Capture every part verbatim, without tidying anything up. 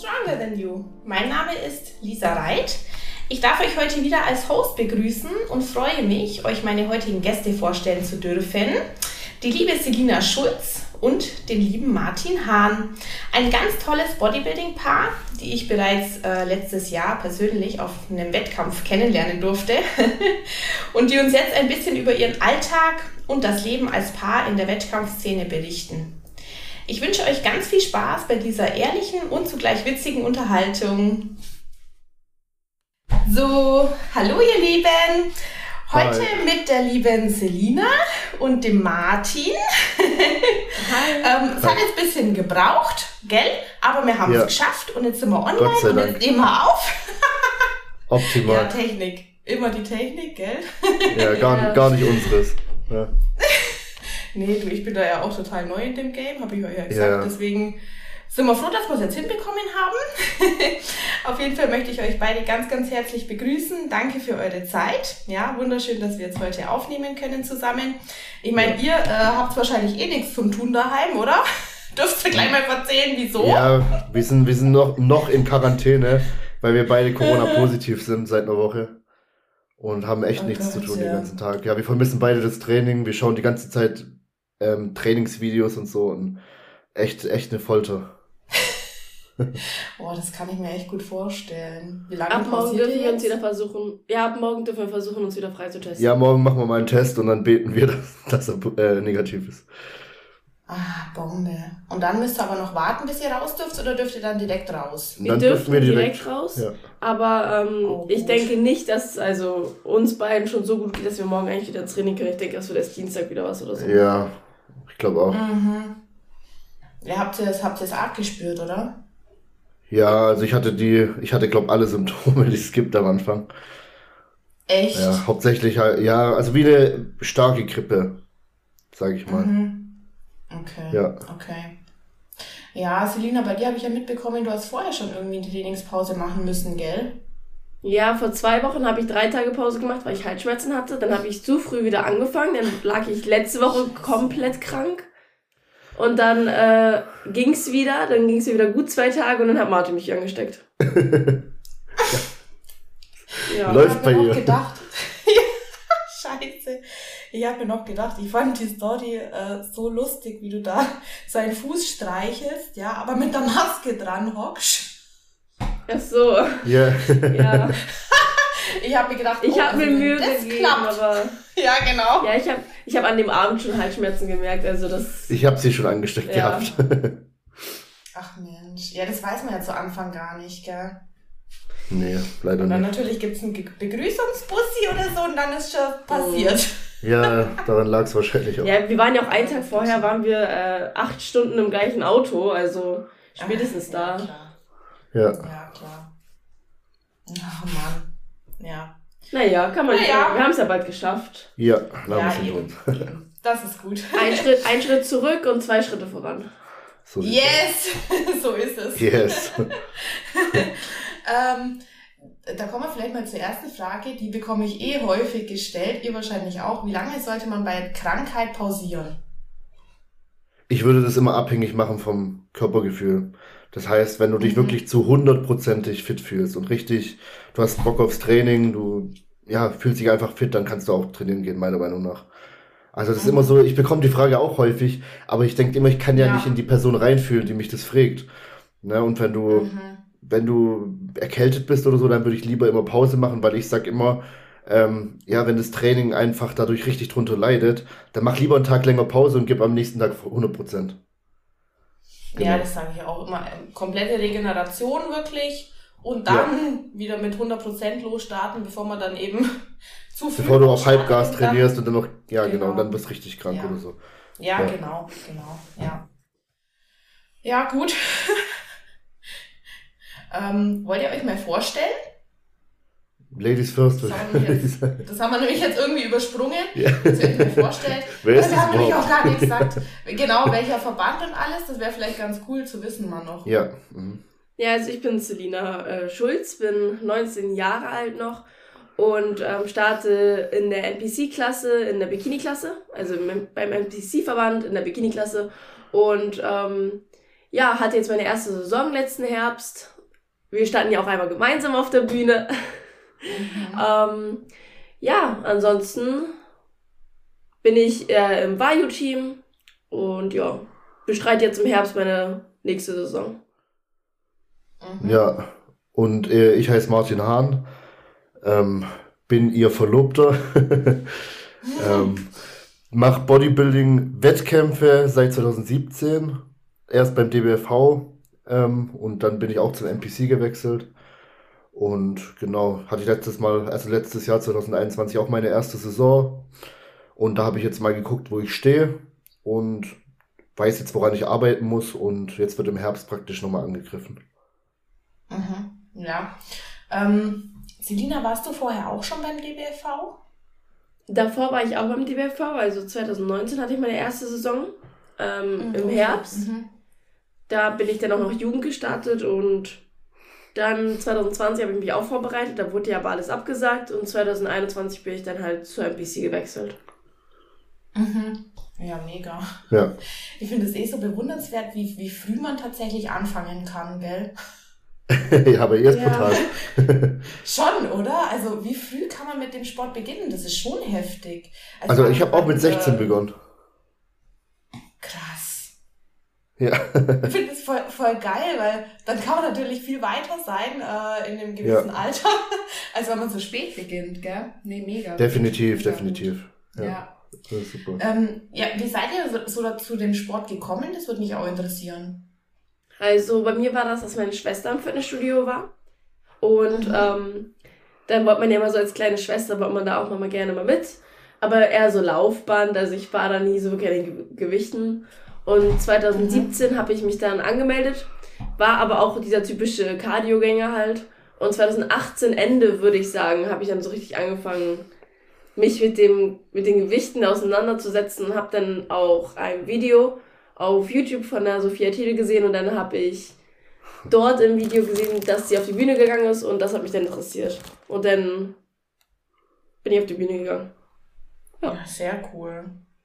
Stronger Than You. Mein Name ist Lisa Reit. Ich darf euch heute wieder als Host begrüßen und freue mich, euch meine heutigen Gäste vorstellen zu dürfen. Die liebe Selina Schulz und den lieben Martin Hahn. Ein ganz tolles Bodybuilding-Paar, die ich bereits äh, letztes Jahr persönlich auf einem Wettkampf kennenlernen durfte und die uns jetzt ein bisschen über ihren Alltag und das Leben als Paar in der Wettkampfszene berichten. Ich wünsche euch ganz viel Spaß bei dieser ehrlichen und zugleich witzigen Unterhaltung. So, hallo ihr Lieben! Heute Hi. Mit der lieben Selina und dem Martin. Hi. ähm, es hat jetzt ein bisschen gebraucht, gell? Aber wir haben es ja. geschafft und jetzt sind wir online und jetzt nehmen wir auf. Optimal. Ja, Technik. Immer die Technik, gell? Ja, gar, ja. gar nicht unseres. Ja. Nee, du, ich bin da ja auch total neu in dem Game, habe ich euch ja gesagt. Ja. Deswegen sind wir froh, dass wir es jetzt hinbekommen haben. Auf jeden Fall möchte ich euch beide ganz, ganz herzlich begrüßen. Danke für eure Zeit. Ja, wunderschön, dass wir jetzt heute aufnehmen können zusammen. Ich meine, ihr äh, habt wahrscheinlich eh nichts zum Tun daheim, oder? Dürft ihr gleich mal erzählen, wieso? Ja, wir sind, wir sind noch, noch in Quarantäne, weil wir beide Corona-positiv sind seit einer Woche. Und haben echt oh nichts Gott, zu tun ja. den ganzen Tag. Ja, wir vermissen beide das Training. Wir schauen die ganze Zeit ähm, Trainingsvideos und so. Und echt, echt eine Folter. Boah, das kann ich mir echt gut vorstellen. Wie lange ab morgen dürfen wir jetzt? uns wieder versuchen. Ja, ab morgen dürfen wir versuchen, uns wieder freizutesten. Ja, morgen machen wir mal einen Test und dann beten wir, dass, dass er äh, negativ ist. Ah, Bombe. Und dann müsst ihr aber noch warten, bis ihr raus dürft, oder dürft ihr dann direkt raus? Wir dann dürfen wir direkt, direkt raus, ja. aber ähm, oh, ich denke nicht, dass also uns beiden schon so gut geht, dass wir morgen eigentlich wieder ins Training können. Ich denke, das wird erst Dienstag wieder was oder so. Ja, ich glaube auch. Mhm. Ja, habt ihr das, habt ihr das arg gespürt, oder? Ja, also ich hatte die, ich hatte glaube alle Symptome, die es gibt am Anfang. Echt? Ja, hauptsächlich, ja, also wie eine starke Grippe, sage ich mal. Mhm. Okay, ja. okay. Ja, Selina, bei dir habe ich ja mitbekommen, du hast vorher schon irgendwie eine Trainingspause machen müssen, gell? Ja, vor zwei Wochen habe ich drei Tage Pause gemacht, weil ich Halsschmerzen hatte. Dann habe ich zu früh wieder angefangen, dann lag ich letzte Woche komplett krank. Und dann äh, ging's wieder, dann ging's wieder gut zwei Tage und dann hat Martin mich angesteckt. ja. Läuft bei ihr. Gedacht, Scheiße. Ich habe mir noch gedacht, ich fand die Story äh, so lustig, wie du da seinen Fuß streichelst, ja, aber mit der Maske dran hockst. Ach so. Yeah. Ja. Ich habe mir gedacht, ich oh, habe also mir Mühe gegeben, klappt. aber ja, genau. Ja, ich habe ich habe an dem Abend schon Halsschmerzen gemerkt, also das. Ich habe sie schon angesteckt ja. gehabt. Ach Mensch, ja, das weiß man ja zu Anfang gar nicht, gell? Nee, leider nicht. Und dann nicht. Natürlich gibt's einen Begrüßungsbussi oder so und dann ist schon passiert. Ja, daran lag es wahrscheinlich auch. Ja, wir waren ja auch einen Tag vorher, waren wir äh, acht Stunden im gleichen Auto, also spätestens Ach, ja, da. Klar. Ja. Ja, klar. Ach Mann, ja. Naja, kann man naja. ja. Wir haben es ja bald geschafft. Ja, ja eben, eben. Das ist gut. Ein Schritt, ein Schritt zurück und zwei Schritte voran. So yes! So ist es. Yes. ähm, da kommen wir vielleicht mal zur ersten Frage, die bekomme ich eh häufig gestellt, ihr wahrscheinlich auch. Wie lange sollte man bei Krankheit pausieren? Ich würde das immer abhängig machen vom Körpergefühl. Das heißt, wenn du dich mhm. wirklich zu hundertprozentig fit fühlst und richtig, du hast Bock aufs Training, du ja, fühlst dich einfach fit, dann kannst du auch trainieren gehen, meiner Meinung nach. Also das mhm. ist immer so, ich bekomme die Frage auch häufig, aber ich denke immer, ich kann ja, ja nicht in die Person reinfühlen, die mich das fragt. Ne? Und wenn du, mhm. wenn du erkältet bist oder so, dann würde ich lieber immer Pause machen, weil ich sag immer, ähm, ja, wenn das Training einfach dadurch richtig drunter leidet, dann mach lieber einen Tag länger Pause und gib am nächsten Tag hundert Prozent. Genau. Ja, das sage ich auch immer. Komplette Regeneration wirklich und dann ja. wieder mit hundert Prozent losstarten, bevor man dann eben zu viel Bevor du auf Halbgas trainierst und dann noch, ja genau, genau dann bist du richtig krank ja. oder so. Ja, ja, genau, genau, ja. Ja, gut. ähm, wollt ihr euch mal vorstellen? Ladies first. Das haben wir, jetzt, das haben wir nämlich jetzt irgendwie übersprungen. Ja. Das werde ich mir vorstellen. Wer ist das wir haben nämlich überhaupt? auch gar nicht gesagt, genau, welcher Verband und alles. Das wäre vielleicht ganz cool zu wissen mal noch. Ja. Mhm. Ja, also ich bin Selina äh, Schulz, bin neunzehn Jahre alt noch und ähm, starte in der N P C-Klasse, in der Bikini-Klasse, also im, beim N P C-Verband in der Bikini-Klasse und ähm, ja, hatte jetzt meine erste Saison letzten Herbst wir standen ja auch einmal gemeinsam auf der Bühne. Mhm. ähm, ja, ansonsten bin ich äh, im Vayu-Team und ja, bestreite jetzt im Herbst meine nächste Saison. Mhm. Ja, und äh, ich heiße Martin Hahn, ähm, bin ihr Verlobter, ähm, mache Bodybuilding-Wettkämpfe seit zwanzig siebzehn, erst beim D B F V ähm, und dann bin ich auch zum N P C gewechselt. Und genau, hatte ich letztes Mal, also letztes Jahr zwanzig einundzwanzig auch meine erste Saison. Und da habe ich jetzt mal geguckt, wo ich stehe und weiß jetzt, woran ich arbeiten muss. Und jetzt wird im Herbst praktisch nochmal angegriffen. Mhm, ja. Ähm, Selina, warst du vorher auch schon beim D B F V? Davor war ich auch beim D B F V, also zwanzig neunzehn hatte ich meine erste Saison ähm, mhm. im Herbst. Mhm. Da bin ich dann auch noch Jugend gestartet und dann zwanzig zwanzig habe ich mich auch vorbereitet, da wurde ja aber alles abgesagt und zwanzig einundzwanzig bin ich dann halt zur N P C gewechselt. Mhm. Ja, mega. Ja. Ich finde es eh so bewundernswert, wie, wie früh man tatsächlich anfangen kann, gell? Ja, aber ihr ist Ja. brutal. Schon, oder? Also wie früh kann man mit dem Sport beginnen? Das ist schon heftig. Also ich habe auch mit äh, sechzehn begonnen. Krass. Ja. Ich finde das voll, voll geil, weil dann kann man natürlich viel weiter sein äh, in einem gewissen Ja. Alter, als wenn man so spät beginnt, gell? Nee, mega. Definitiv, Mega definitiv. gut. Ja. Ja. Das ist super. Ähm, ja, wie seid ihr so, so dazu dem Sport gekommen? Das würde mich auch interessieren. Also bei mir war das, dass meine Schwester im Fitnessstudio war und Mhm. ähm, dann wollte man ja immer so als kleine Schwester, wollte man da auch mal gerne mal mit, aber eher so Laufband, also ich war da nie so wirklich an den Ge- Gewichten und zwanzig siebzehn habe ich mich dann angemeldet, war aber auch dieser typische Cardio-Gänger halt und zwanzig achtzehn Ende, würde ich sagen, habe ich dann so richtig angefangen, mich mit dem mit den Gewichten auseinanderzusetzen und habe dann auch ein Video auf YouTube von der Sophia Thiele gesehen und dann habe ich dort im Video gesehen, dass sie auf die Bühne gegangen ist und das hat mich dann interessiert. Und dann bin ich auf die Bühne gegangen. Ja. Ja, sehr cool.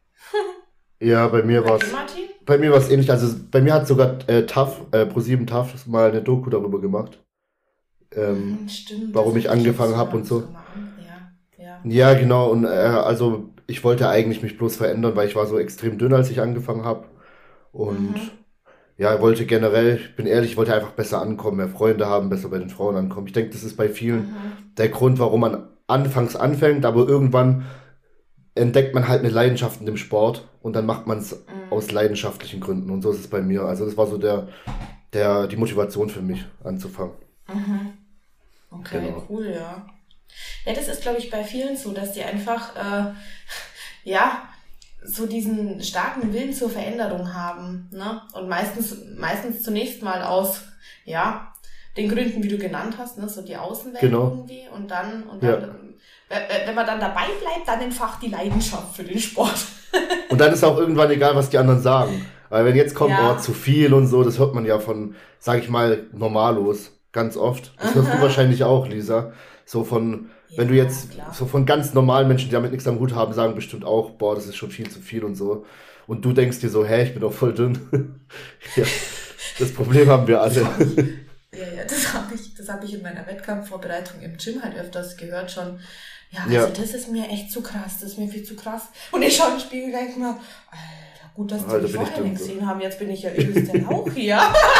Ja, bei mir war Bei es dir, Martin? bei mir war es ähnlich. Also bei mir hat sogar äh, TAF, äh, ProSieben TAF mal eine Doku darüber gemacht. Ähm, Mhm, stimmt. warum das ich hab angefangen jetzt hab und so. mal gemacht. Ja, ja. Ja, genau. Und äh, also ich wollte eigentlich mich bloß verändern, weil ich war so extrem dünn, als ich angefangen habe. Und Mhm. ja, wollte generell, ich bin ehrlich, ich wollte einfach besser ankommen, mehr Freunde haben, besser bei den Frauen ankommen. Ich denke, das ist bei vielen Mhm. der Grund, warum man anfangs anfängt, aber irgendwann entdeckt man halt eine Leidenschaft in dem Sport und dann macht man es Mhm. aus leidenschaftlichen Gründen. Und so ist es bei mir. Also das war so der, der, die Motivation für mich, anzufangen. Mhm. Okay, Genau. cool, ja. Ja, das ist, glaube ich, bei vielen so, dass die einfach, äh, ja, so diesen starken Willen zur Veränderung haben, ne? Und meistens, meistens zunächst mal aus, ja, den Gründen, wie du genannt hast, ne? So die Außenwelt Genau. irgendwie und dann, und Ja. dann, wenn wenn man dann dabei bleibt, dann entfacht die Leidenschaft für den Sport. Und dann ist auch irgendwann egal, was die anderen sagen. Weil wenn jetzt kommt, Ja. oh, zu viel und so, das hört man ja von, sag ich mal, Normalos ganz oft. Das hörst du Aha. wahrscheinlich auch, Lisa. So von, wenn du Ja, jetzt klar. so von ganz normalen Menschen, die damit nichts am Hut haben, sagen bestimmt auch, boah, das ist schon viel zu viel und so. Und du denkst dir so, hä, ich bin doch voll dünn. Ja, das Problem haben wir alle. Ja, ja, das habe ich, das hab ich in meiner Wettkampfvorbereitung im Gym halt öfters gehört schon. Ja, also Ja. das ist mir echt zu krass, das ist mir viel zu krass. Und ich schaue in den Spiegel und denke mir, Alter, gut, dass die Alter, mich bin ich vorher dumm, nicht so. gesehen haben, jetzt bin ich ja übelst der Lauch hier.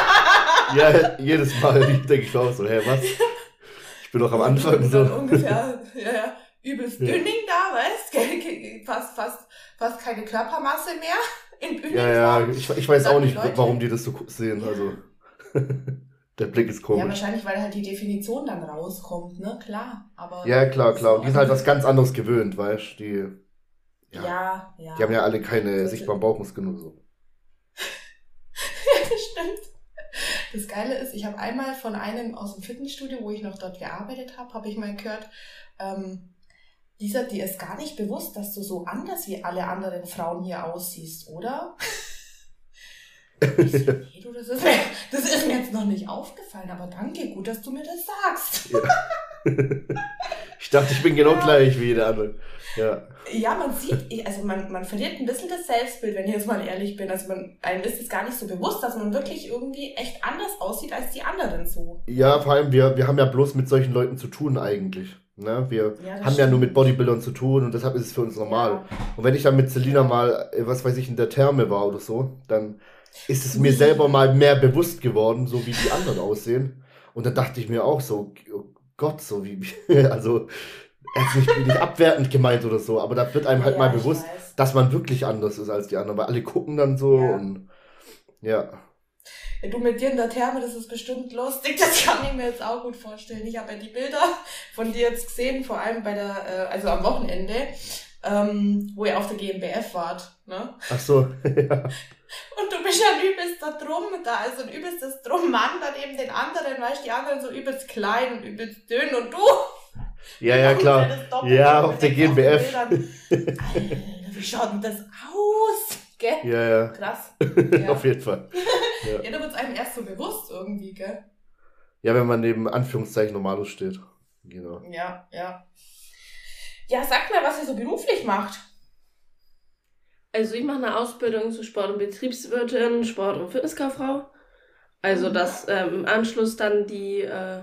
Ja, jedes Mal denke ich auch so, hä, was? Ich bin doch am Anfang Und so. dann ungefähr, ja, ja, übelst Ja. Dünning da, weißt, fast, fast, fast keine Körpermasse mehr in Bühnen. Ja, ja, ich, ich weiß Dann auch die nicht, Leute- warum die das so sehen. Ja. Also, der Blick ist Ja, komisch. wahrscheinlich, weil halt die Definition dann rauskommt, ne, klar, aber. Ja, klar, klar. Und die sind halt So. was ganz anderes gewöhnt, weißt du? Die, ja, Ja, ja. die haben ja alle keine Sollte- sichtbaren Bauchmuskeln und so. Das stimmt. Das Geile ist, ich habe einmal von einem aus dem Fitnessstudio, wo ich noch dort gearbeitet habe, habe ich mal gehört, ähm, Lisa, dir ist gar nicht bewusst, dass du so anders wie alle anderen Frauen hier aussiehst, oder? Ich so, nee, du, das ist, mir, das ist mir jetzt noch nicht aufgefallen, aber danke, gut, dass du mir das sagst. Ich dachte, ich bin genau Ja. gleich wie der andere. Ja. Ja, man sieht, also man, man verliert ein bisschen das Selbstbild, wenn ich jetzt mal ehrlich bin. Also man, einem ist es gar nicht so bewusst, dass man wirklich irgendwie echt anders aussieht als die anderen so. Ja, vor allem, wir, wir haben ja bloß mit solchen Leuten zu tun eigentlich. Ne? Wir Ja, das haben ja nur stimmt. mit Bodybuildern zu tun und deshalb ist es für uns normal. Ja. Und wenn ich dann mit Selina mal, äh, was weiß ich, in der Therme war oder so, dann ist es mir Mhm. selber mal mehr bewusst geworden, so wie die anderen aussehen. Und dann dachte ich mir auch so, oh Gott, so wie, also, jetzt nicht, nicht abwertend gemeint oder so, aber da wird einem halt Ja, mal ich bewusst, weiß. dass man wirklich anders ist als die anderen, weil alle gucken dann so Ja. und ja. Ja, du mit dir in der Therme, das ist bestimmt lustig, das kann ich mir jetzt auch gut vorstellen. Ich habe ja die Bilder von dir jetzt gesehen, vor allem bei der, äh, also am Wochenende, ähm, wo ihr auf der G M B F wart, ne? Ach so, ja. Und du bist ja ein übelster Drum da, also ein übelstes Drum-Mann daneben den anderen, weißt du, die anderen so übelst klein und übelst dünn und du. Ja, ja, klar. Das Doppelte Ja, und auf der denkst G M B F. den Bildern, Alter, wie schaut denn das aus? Gell? Ja, ja, Krass. auf jeden Fall. Ja. Ja, da wird's einem erst so bewusst irgendwie, gell? Ja, wenn man neben Anführungszeichen Normalos steht. Genau. Ja, ja. Ja, sag mal, was ihr so beruflich macht. Also ich mache eine Ausbildung zur Sport- und Betriebswirtin, Sport- und Fitnesskauffrau. Also das ähm, im Anschluss dann die äh,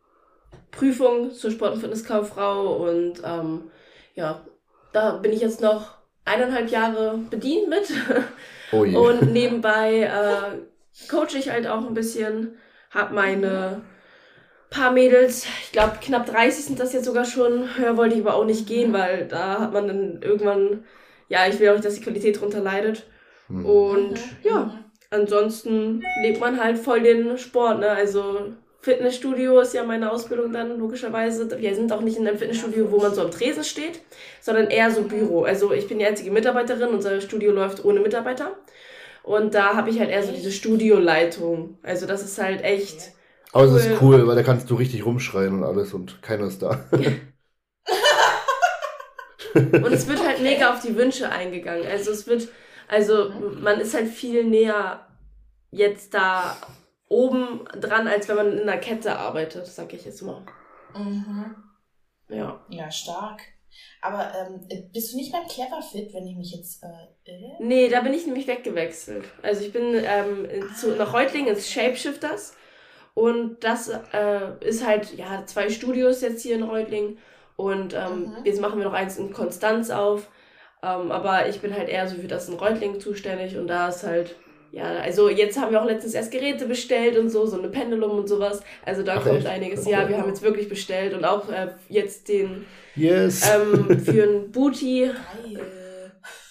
Prüfung zur Sport- und Fitnesskauffrau und ähm, ja, da bin ich jetzt noch eineinhalb Jahre bedient mit Oh je. und nebenbei äh, coache ich halt auch ein bisschen, hab meine paar Mädels, ich glaube knapp dreißig sind das jetzt sogar schon, höher wollte ich aber auch nicht gehen, weil da hat man dann irgendwann, ja, ich will auch nicht, dass die Qualität drunter leidet. Hm. Und ja, ansonsten lebt man halt voll den Sport, ne? Also Fitnessstudio ist ja meine Ausbildung dann logischerweise. Wir sind auch nicht in einem Fitnessstudio, wo man so am Tresen steht, sondern eher so Büro. Also ich bin die einzige Mitarbeiterin, unser Studio läuft ohne Mitarbeiter. Und da habe ich halt eher so diese Studioleitung. Also das ist halt echt... Aber es ist cool. cool, weil da kannst du richtig rumschreien und alles und keiner ist da. Und es wird halt mega auf die Wünsche eingegangen. Also es wird, also man ist halt viel näher jetzt da oben dran, als wenn man in einer Kette arbeitet, sag ich jetzt mal. Mhm. Ja. Ja, stark. Aber ähm, bist du nicht beim Clever Fit, wenn ich mich jetzt äh, irre? Nee, da bin ich nämlich weggewechselt. Also ich bin ähm, zu, nach Reutlingen ins Shapeshifters und das äh, ist halt, ja, zwei Studios jetzt hier in Reutlingen und ähm, Mhm. jetzt machen wir noch eins in Konstanz auf, ähm, aber ich bin halt eher so für das in Reutlingen zuständig und da ist halt, ja, also jetzt haben wir auch letztens erst Geräte bestellt und so, so eine Pendulum und sowas, also da Ach, kommt echt? einiges. Okay. Ja, wir haben jetzt wirklich bestellt und auch äh, jetzt den Yes. ähm, für ein Booty Geil.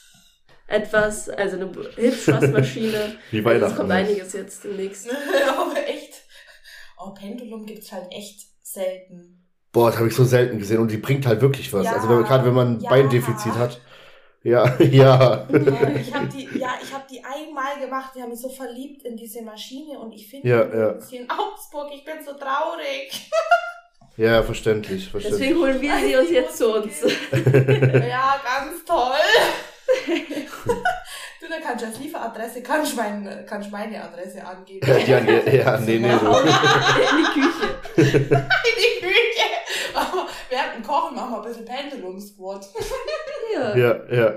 etwas, also eine Hip-Thrust-Maschine. Wie Also Weihnachten. es kommt einiges jetzt demnächst. Aber echt. Oh, Pendulum gibt's halt echt selten. Boah, das habe ich so selten gesehen und die bringt halt wirklich was. Ja, also wenn man, gerade wenn man ein ja. Beindefizit hat. Ja, ja. Ja, ich habe die, ja, ich habe die einmal gemacht. Die haben mich so verliebt in diese Maschine und ich finde Ja, die ja. jetzt hier in Augsburg. Ich bin so traurig. Ja, verständlich, verständlich. Deswegen holen wir sie uns jetzt zu uns. Ja, ganz toll. Du, da kannst du als Lieferadresse, kannst du mein, kannst meine Adresse angeben. Ja, nee, ja, nee, nee, du. In die Küche. In die Küche. Aber während dem Kochen machen wir ein bisschen Pendulum-Squat. Ja. Ja, ja.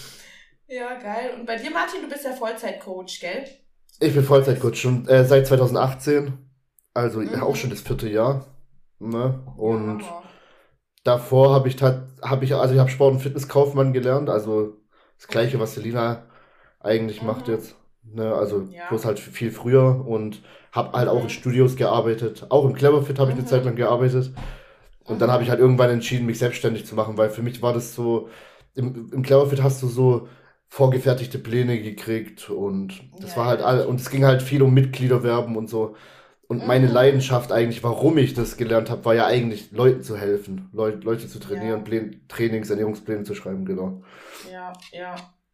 Ja, geil. Und bei dir, Martin, du bist ja Vollzeitcoach, gell? Ich bin Vollzeitcoach schon äh, seit zwanzig achtzehn. Also Mhm. auch schon das vierte Jahr. Ne? Und Ja, davor habe ich tat, habe ich, also ich habe Sport- und Fitnesskaufmann gelernt, also das gleiche, was Selina eigentlich Mhm. macht jetzt. Ne? Also Ja. bloß halt viel früher und habe halt auch Mhm. in Studios gearbeitet. Auch im Cleverfit habe ich eine Mhm. Zeit lang gearbeitet. Und dann Mhm. habe ich halt irgendwann entschieden, mich selbstständig zu machen, weil für mich war das so, im, im Cleverfit hast du so vorgefertigte Pläne gekriegt und das Ja, war halt ja. all, und es ging halt viel um Mitgliederwerben und so. Und meine Mhm. Leidenschaft eigentlich, warum ich das gelernt habe, war ja eigentlich Leuten zu helfen, Leu Leute zu trainieren, Ja. Pläne, Trainings, Ernährungspläne zu schreiben, genau. ja, ja.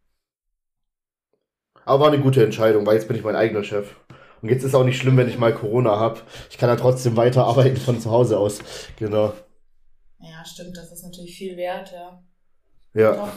Aber war eine gute Entscheidung, weil jetzt bin ich mein eigener Chef. Und jetzt ist auch nicht schlimm, wenn ich mal Corona habe. Ich kann ja trotzdem weiterarbeiten von zu Hause aus. Genau. Ja, stimmt, das ist natürlich viel wert, ja. Ja. Doch.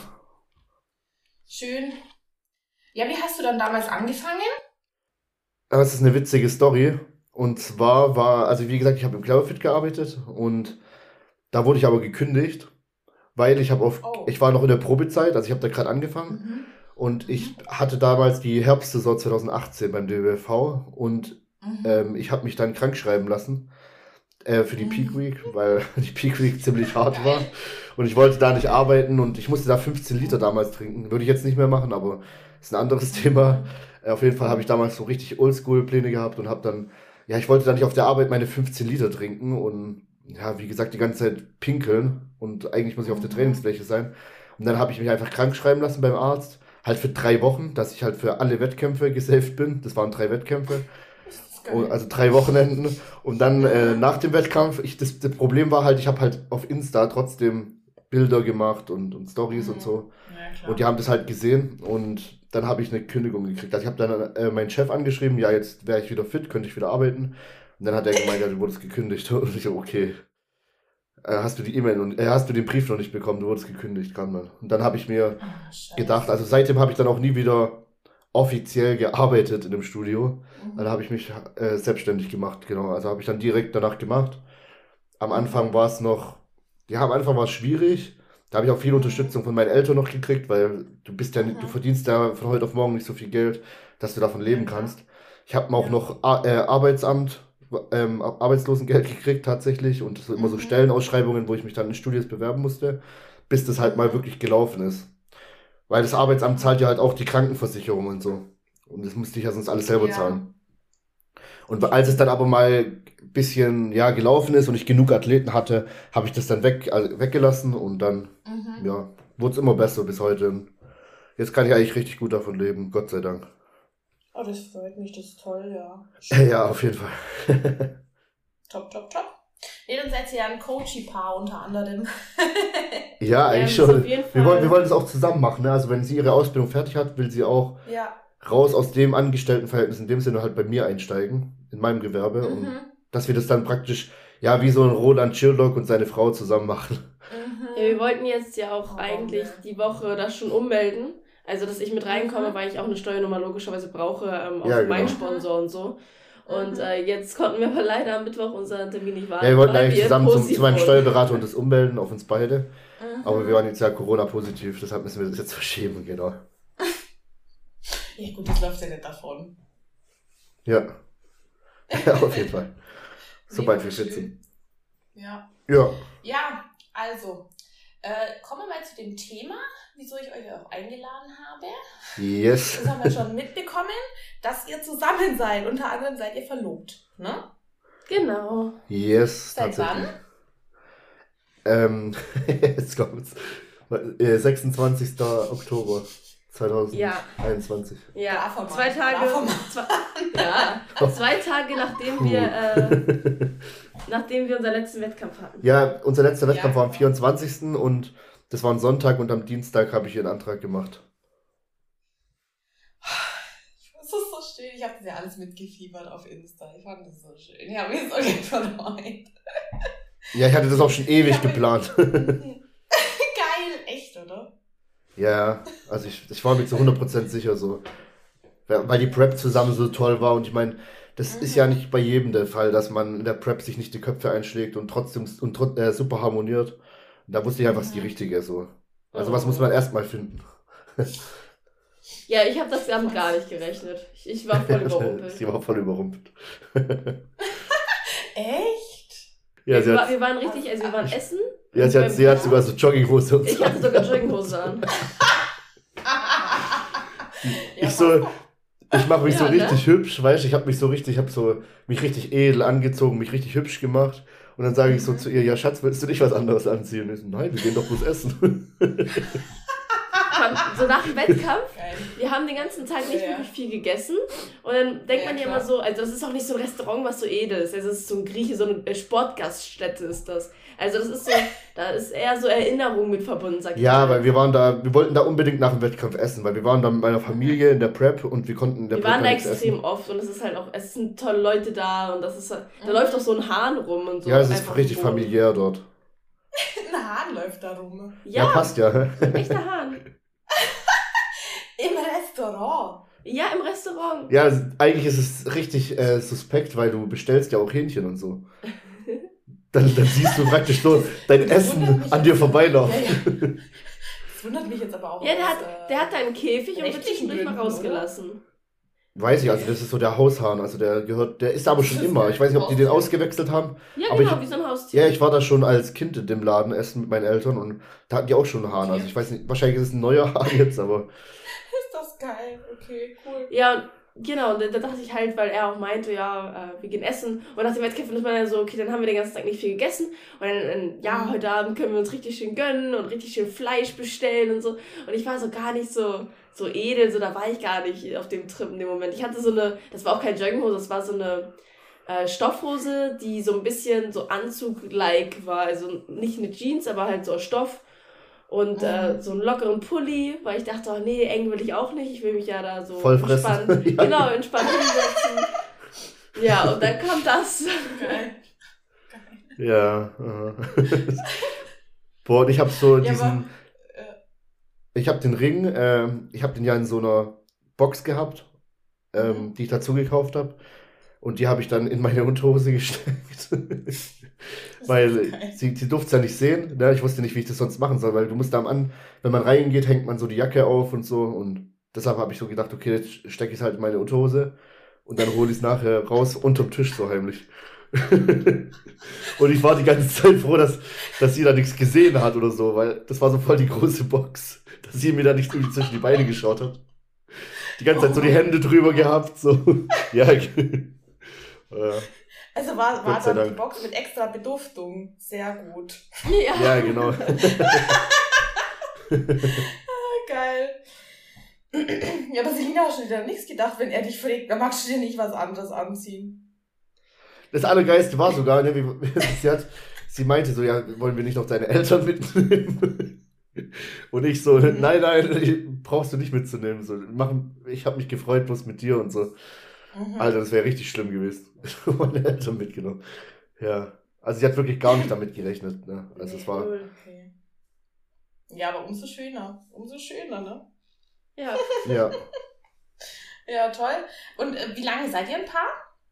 Schön. Ja, wie hast du dann damals angefangen? Aber es ist eine witzige Story. Und zwar war, also wie gesagt, ich habe im Cleverfit gearbeitet und Da wurde ich aber gekündigt, weil ich habe auf, Oh. ich war noch in der Probezeit, also ich habe da gerade angefangen Mhm. und ich hatte damals die Herbstsaison zwanzig achtzehn beim D B V und Mhm. ähm, ich habe mich dann krank schreiben lassen äh, für die Mhm. Peak Week, weil die Peak Week ziemlich hart Geil. war und ich wollte da nicht arbeiten und ich musste da fünfzehn Liter damals trinken. Würde ich jetzt nicht mehr machen, aber ist ein anderes Thema. Äh, auf jeden Fall habe ich damals so richtig Oldschool-Pläne gehabt und habe dann, ja, ich wollte dann nicht auf der Arbeit meine fünfzehn Liter trinken und ja, wie gesagt, die ganze Zeit pinkeln und eigentlich muss ich auf der Mhm. Trainingsfläche sein. Und dann habe ich mich einfach krank schreiben lassen beim Arzt, halt für drei Wochen, dass ich halt für alle Wettkämpfe gesaved bin. Das waren drei Wettkämpfe. Das ist geil. Und, also drei Wochenenden. Und dann äh, nach dem Wettkampf, ich, das, das Problem war halt, ich habe halt auf Insta trotzdem Bilder gemacht und, und Stories Mhm. und so. Ja, klar. Und die haben das halt gesehen und dann habe ich eine Kündigung gekriegt. Also ich habe dann äh, meinen Chef angeschrieben, ja, jetzt wäre ich wieder fit, könnte ich wieder arbeiten. Und dann hat er gemeint, ja, du wurdest gekündigt. Und ich so, okay. Äh, hast du die E-Mail und äh, hast du den Brief noch nicht bekommen, du wurdest gekündigt, kann man. Und dann habe ich mir Ah, Scheiße. gedacht, also seitdem habe ich dann auch nie wieder offiziell gearbeitet in dem Studio. Mhm. Dann habe ich mich äh, selbstständig gemacht, genau. Also habe ich dann direkt danach gemacht. Am Anfang Mhm. war es noch, ja, am Anfang war es schwierig. Da habe ich auch viel Unterstützung von meinen Eltern noch gekriegt, weil du bist ja, nicht- du Mhm. verdienst ja von heute auf morgen nicht so viel Geld, dass du davon leben Ja, klar. kannst. Ich habe auch Ja. noch Ar äh, Arbeitsamt, ähm, Arbeitslosengeld gekriegt tatsächlich und so immer so Mhm. Stellenausschreibungen, wo ich mich dann in Studios bewerben musste, bis das halt mal Mhm. wirklich gelaufen ist. Weil das Arbeitsamt zahlt ja halt auch die Krankenversicherung und so. Und das musste ich ja sonst alles selber Ja. zahlen. Und als es dann aber mal ein bisschen, ja, gelaufen ist und ich genug Athleten hatte, habe ich das dann weg, also weggelassen und dann, Mhm. ja, wurde es immer besser bis heute. Und jetzt kann ich eigentlich richtig gut davon leben, Gott sei Dank. Oh, das freut mich, das ist toll, ja. Schön. Ja, auf jeden Fall. Top, top, top. Nee, dann seid ihr ja ein Coachy-Paar unter anderem. Ja, Ja, eigentlich das ist schon. auf jeden Wir wollen, Fall. wir wollen das auch zusammen machen, ne? Also wenn sie ihre Ausbildung fertig hat, will sie auch Ja. raus aus dem Angestelltenverhältnis, in dem Sinne halt bei mir einsteigen, in meinem Gewerbe. Und Mhm. dass wir das dann praktisch, ja, wie so ein Roland Schirlock und seine Frau zusammen machen. Ja, wir Mhm. wollten jetzt ja auch Oh, eigentlich ja. die Woche das schon ummelden. Also, dass ich mit reinkomme, Mhm. weil ich auch eine Steuernummer logischerweise brauche, ähm, auf Ja, genau. meinen Sponsor und so. Und Mhm. äh, jetzt konnten wir aber leider am Mittwoch unseren Termin nicht wahrnehmen. Ja, wir wollten weil eigentlich wir zusammen zum, positiv zu meinem wurden. Steuerberater und das ummelden auf uns beide. Mhm. Aber wir waren jetzt ja Corona-positiv, deshalb müssen wir das jetzt verschieben, genau. Ja, gut, das läuft ja nicht davon. Ja. Ja, auf jeden Fall. Sobald wir Mega fit schön. sind. Ja. Ja. Ja, also, äh, kommen wir mal zu dem Thema, wieso ich euch auch eingeladen habe. Yes. Das haben wir schon mitbekommen, dass ihr zusammen seid. Unter anderem seid ihr verlobt, ne? Genau. Yes, Seit tatsächlich. Ähm, jetzt kommt's. Äh, sechsundzwanzigster Oktober zweitausendeinundzwanzig. Ja, Braver Mann, zwei Tage. braver Mann. Zwei, ja, zwei Tage nachdem wir, äh, nachdem wir unseren letzten Wettkampf hatten. Ja, unser letzter Wettkampf Ja. war am vierundzwanzigsten und das war ein Sonntag und am Dienstag habe ich ihren Antrag gemacht. Das ist so schön. Ich habe das ja alles mitgefiebert auf Insta. Ich fand das so schön. Ich habe mich so gefreut. Ja, ich hatte das auch schon ewig Ja, geplant. Geil, echt, oder? Ja, also ich, ich war mir zu hundert Prozent sicher so. Ja, weil die Prep zusammen so toll war und ich meine, das Mhm. ist ja nicht bei jedem der Fall, dass man in der Prep sich nicht die Köpfe einschlägt und trotzdem s- und tro- äh, super harmoniert. Und da wusste ich einfach, es ist die Mhm. richtige so. Also was muss man erstmal finden? Ja, ich habe das damit gar nicht gerechnet. Ich, ich war voll überrumpelt. Sie war voll überrumpelt. Echt? Ja, sie wir, wa- hat, wir waren richtig, also wir waren essen. ja, sie hat, sie hat sogar so Jogginghose und Ich so. hatte sogar Jogginghose an. Ja, Ich so, ich mache mich Ja, so ne? richtig hübsch, weißt du, ich habe mich so richtig, ich habe so mich richtig edel angezogen, mich richtig hübsch gemacht und dann sage ich so Mhm. zu ihr, ja Schatz, willst du nicht was anderes anziehen? Und ich so, nein, wir gehen doch bloß essen. So nach dem Wettkampf, Geil. wir haben den ganzen Tag nicht Ja. wirklich viel gegessen. Und dann denkt Ja, man ja klar. immer so, also das ist auch nicht so ein Restaurant, was so edel ist. Also es ist so ein Grieche, so eine Sportgaststätte ist das. Also das ist so, da ist eher so Erinnerung mit verbunden, sag ich Ja, mal. weil wir waren da, wir wollten da unbedingt nach dem Wettkampf essen, weil wir waren da mit meiner Familie in der Prep und wir konnten in der Wir Prep waren da nichts extrem essen. oft und es ist halt auch, es sind tolle Leute da und das ist, da Mhm. läuft auch so ein Hahn rum und so. Ja, es ist einfach richtig im Boden. familiär dort. Ein Hahn läuft da rum. Ja, Ja, passt ja. echter Hahn. Im Restaurant. Ja, im Restaurant. Ja, es- eigentlich ist es richtig äh, suspekt, weil du bestellst ja auch Hähnchen und so. dann, dann siehst du praktisch so dein Das Essen wundert mich an jetzt. dir vorbeilaufen. Ja, ja. Das wundert mich jetzt aber auch. Ja, der aus, hat, äh, der hat da einen Käfig und wird rechtlichen zwischendurch mal Gründen, rausgelassen. Weiß ich, also das ist so der Haushahn, also der gehört, der ist aber schon Das ist immer. Ich weiß nicht, ob die den Haustier. ausgewechselt haben. Ja, Aber genau, ich- wie so ein Haustier. Ja, ich war da schon als Kind in dem Laden essen mit meinen Eltern und da hatten die auch schon einen Hahn. Also ich weiß nicht, wahrscheinlich ist es ein neuer Hahn jetzt, aber Ist das geil. Okay, cool. Ja, und genau, und da, da dachte ich halt, weil er auch meinte, ja, äh, wir gehen essen. Und nach den Wettkämpfen ist man dann so, okay, dann haben wir den ganzen Tag nicht viel gegessen. Und dann, dann, ja, heute Abend können wir uns richtig schön gönnen und richtig schön Fleisch bestellen und so. Und ich war so gar nicht so, so edel, so da war ich gar nicht auf dem Trip in dem Moment. Ich hatte so eine, das war auch keine Jogginghose, das war so eine äh, Stoffhose, die so ein bisschen so Anzug-like war. Also nicht eine Jeans, aber halt so aus Stoff. Und äh, so einen lockeren Pulli, weil ich dachte, oh nee, eng will ich auch nicht. Ich will mich ja da so Voll fressen. entspannt, Ja. genau, entspannt hinsetzen. Ja, und dann kam das. Geil. ja. aha. Boah, und ich habe so Ja, diesen, aber, äh, ich habe den Ring, ähm, ich habe den ja in so einer Box gehabt, ähm, Mhm. die ich dazu gekauft habe. Und die habe ich dann in meine Unterhose gesteckt. Weil geil. sie, sie durfte es ja nicht sehen. Ne? Ich wusste nicht, wie ich das sonst machen soll, weil du musst da am an, wenn man reingeht, hängt man so die Jacke auf und so. Und deshalb habe ich so gedacht, okay, jetzt stecke ich es halt in meine Unterhose und dann hole ich es nachher raus unterm Tisch so heimlich. Und ich war die ganze Zeit froh, dass, dass sie da nichts gesehen hat oder so, weil das war so voll die große Box, dass sie mir da nicht irgendwie zwischen die Beine geschaut hat. Die ganze Zeit so die Hände drüber gehabt, so. Ja, ja, Also war, war Gott sei dann die Dank. Box mit extra Beduftung. Sehr gut. Ja. ja, genau. Geil. Ja, aber Selina hast du dir dann nichts gedacht, wenn er dich fragt, dann magst du dir nicht was anderes anziehen. Das Allergeilste war sogar, ne, wie, sie, hat, sie meinte so, ja, wollen wir nicht noch deine Eltern mitnehmen? Und ich so, Mhm. nein, nein, brauchst du nicht mitzunehmen. So, machen, ich habe mich gefreut, bloß mit dir und so. Mhm. Alter, das wäre richtig schlimm gewesen. Meine Eltern mitgenommen. Ja, also sie hat wirklich gar nicht damit gerechnet. Ne? Also es war, Okay. Ja, aber umso schöner. Umso schöner, ne? Ja. ja, Ja, toll. Und äh, wie lange seid ihr ein Paar?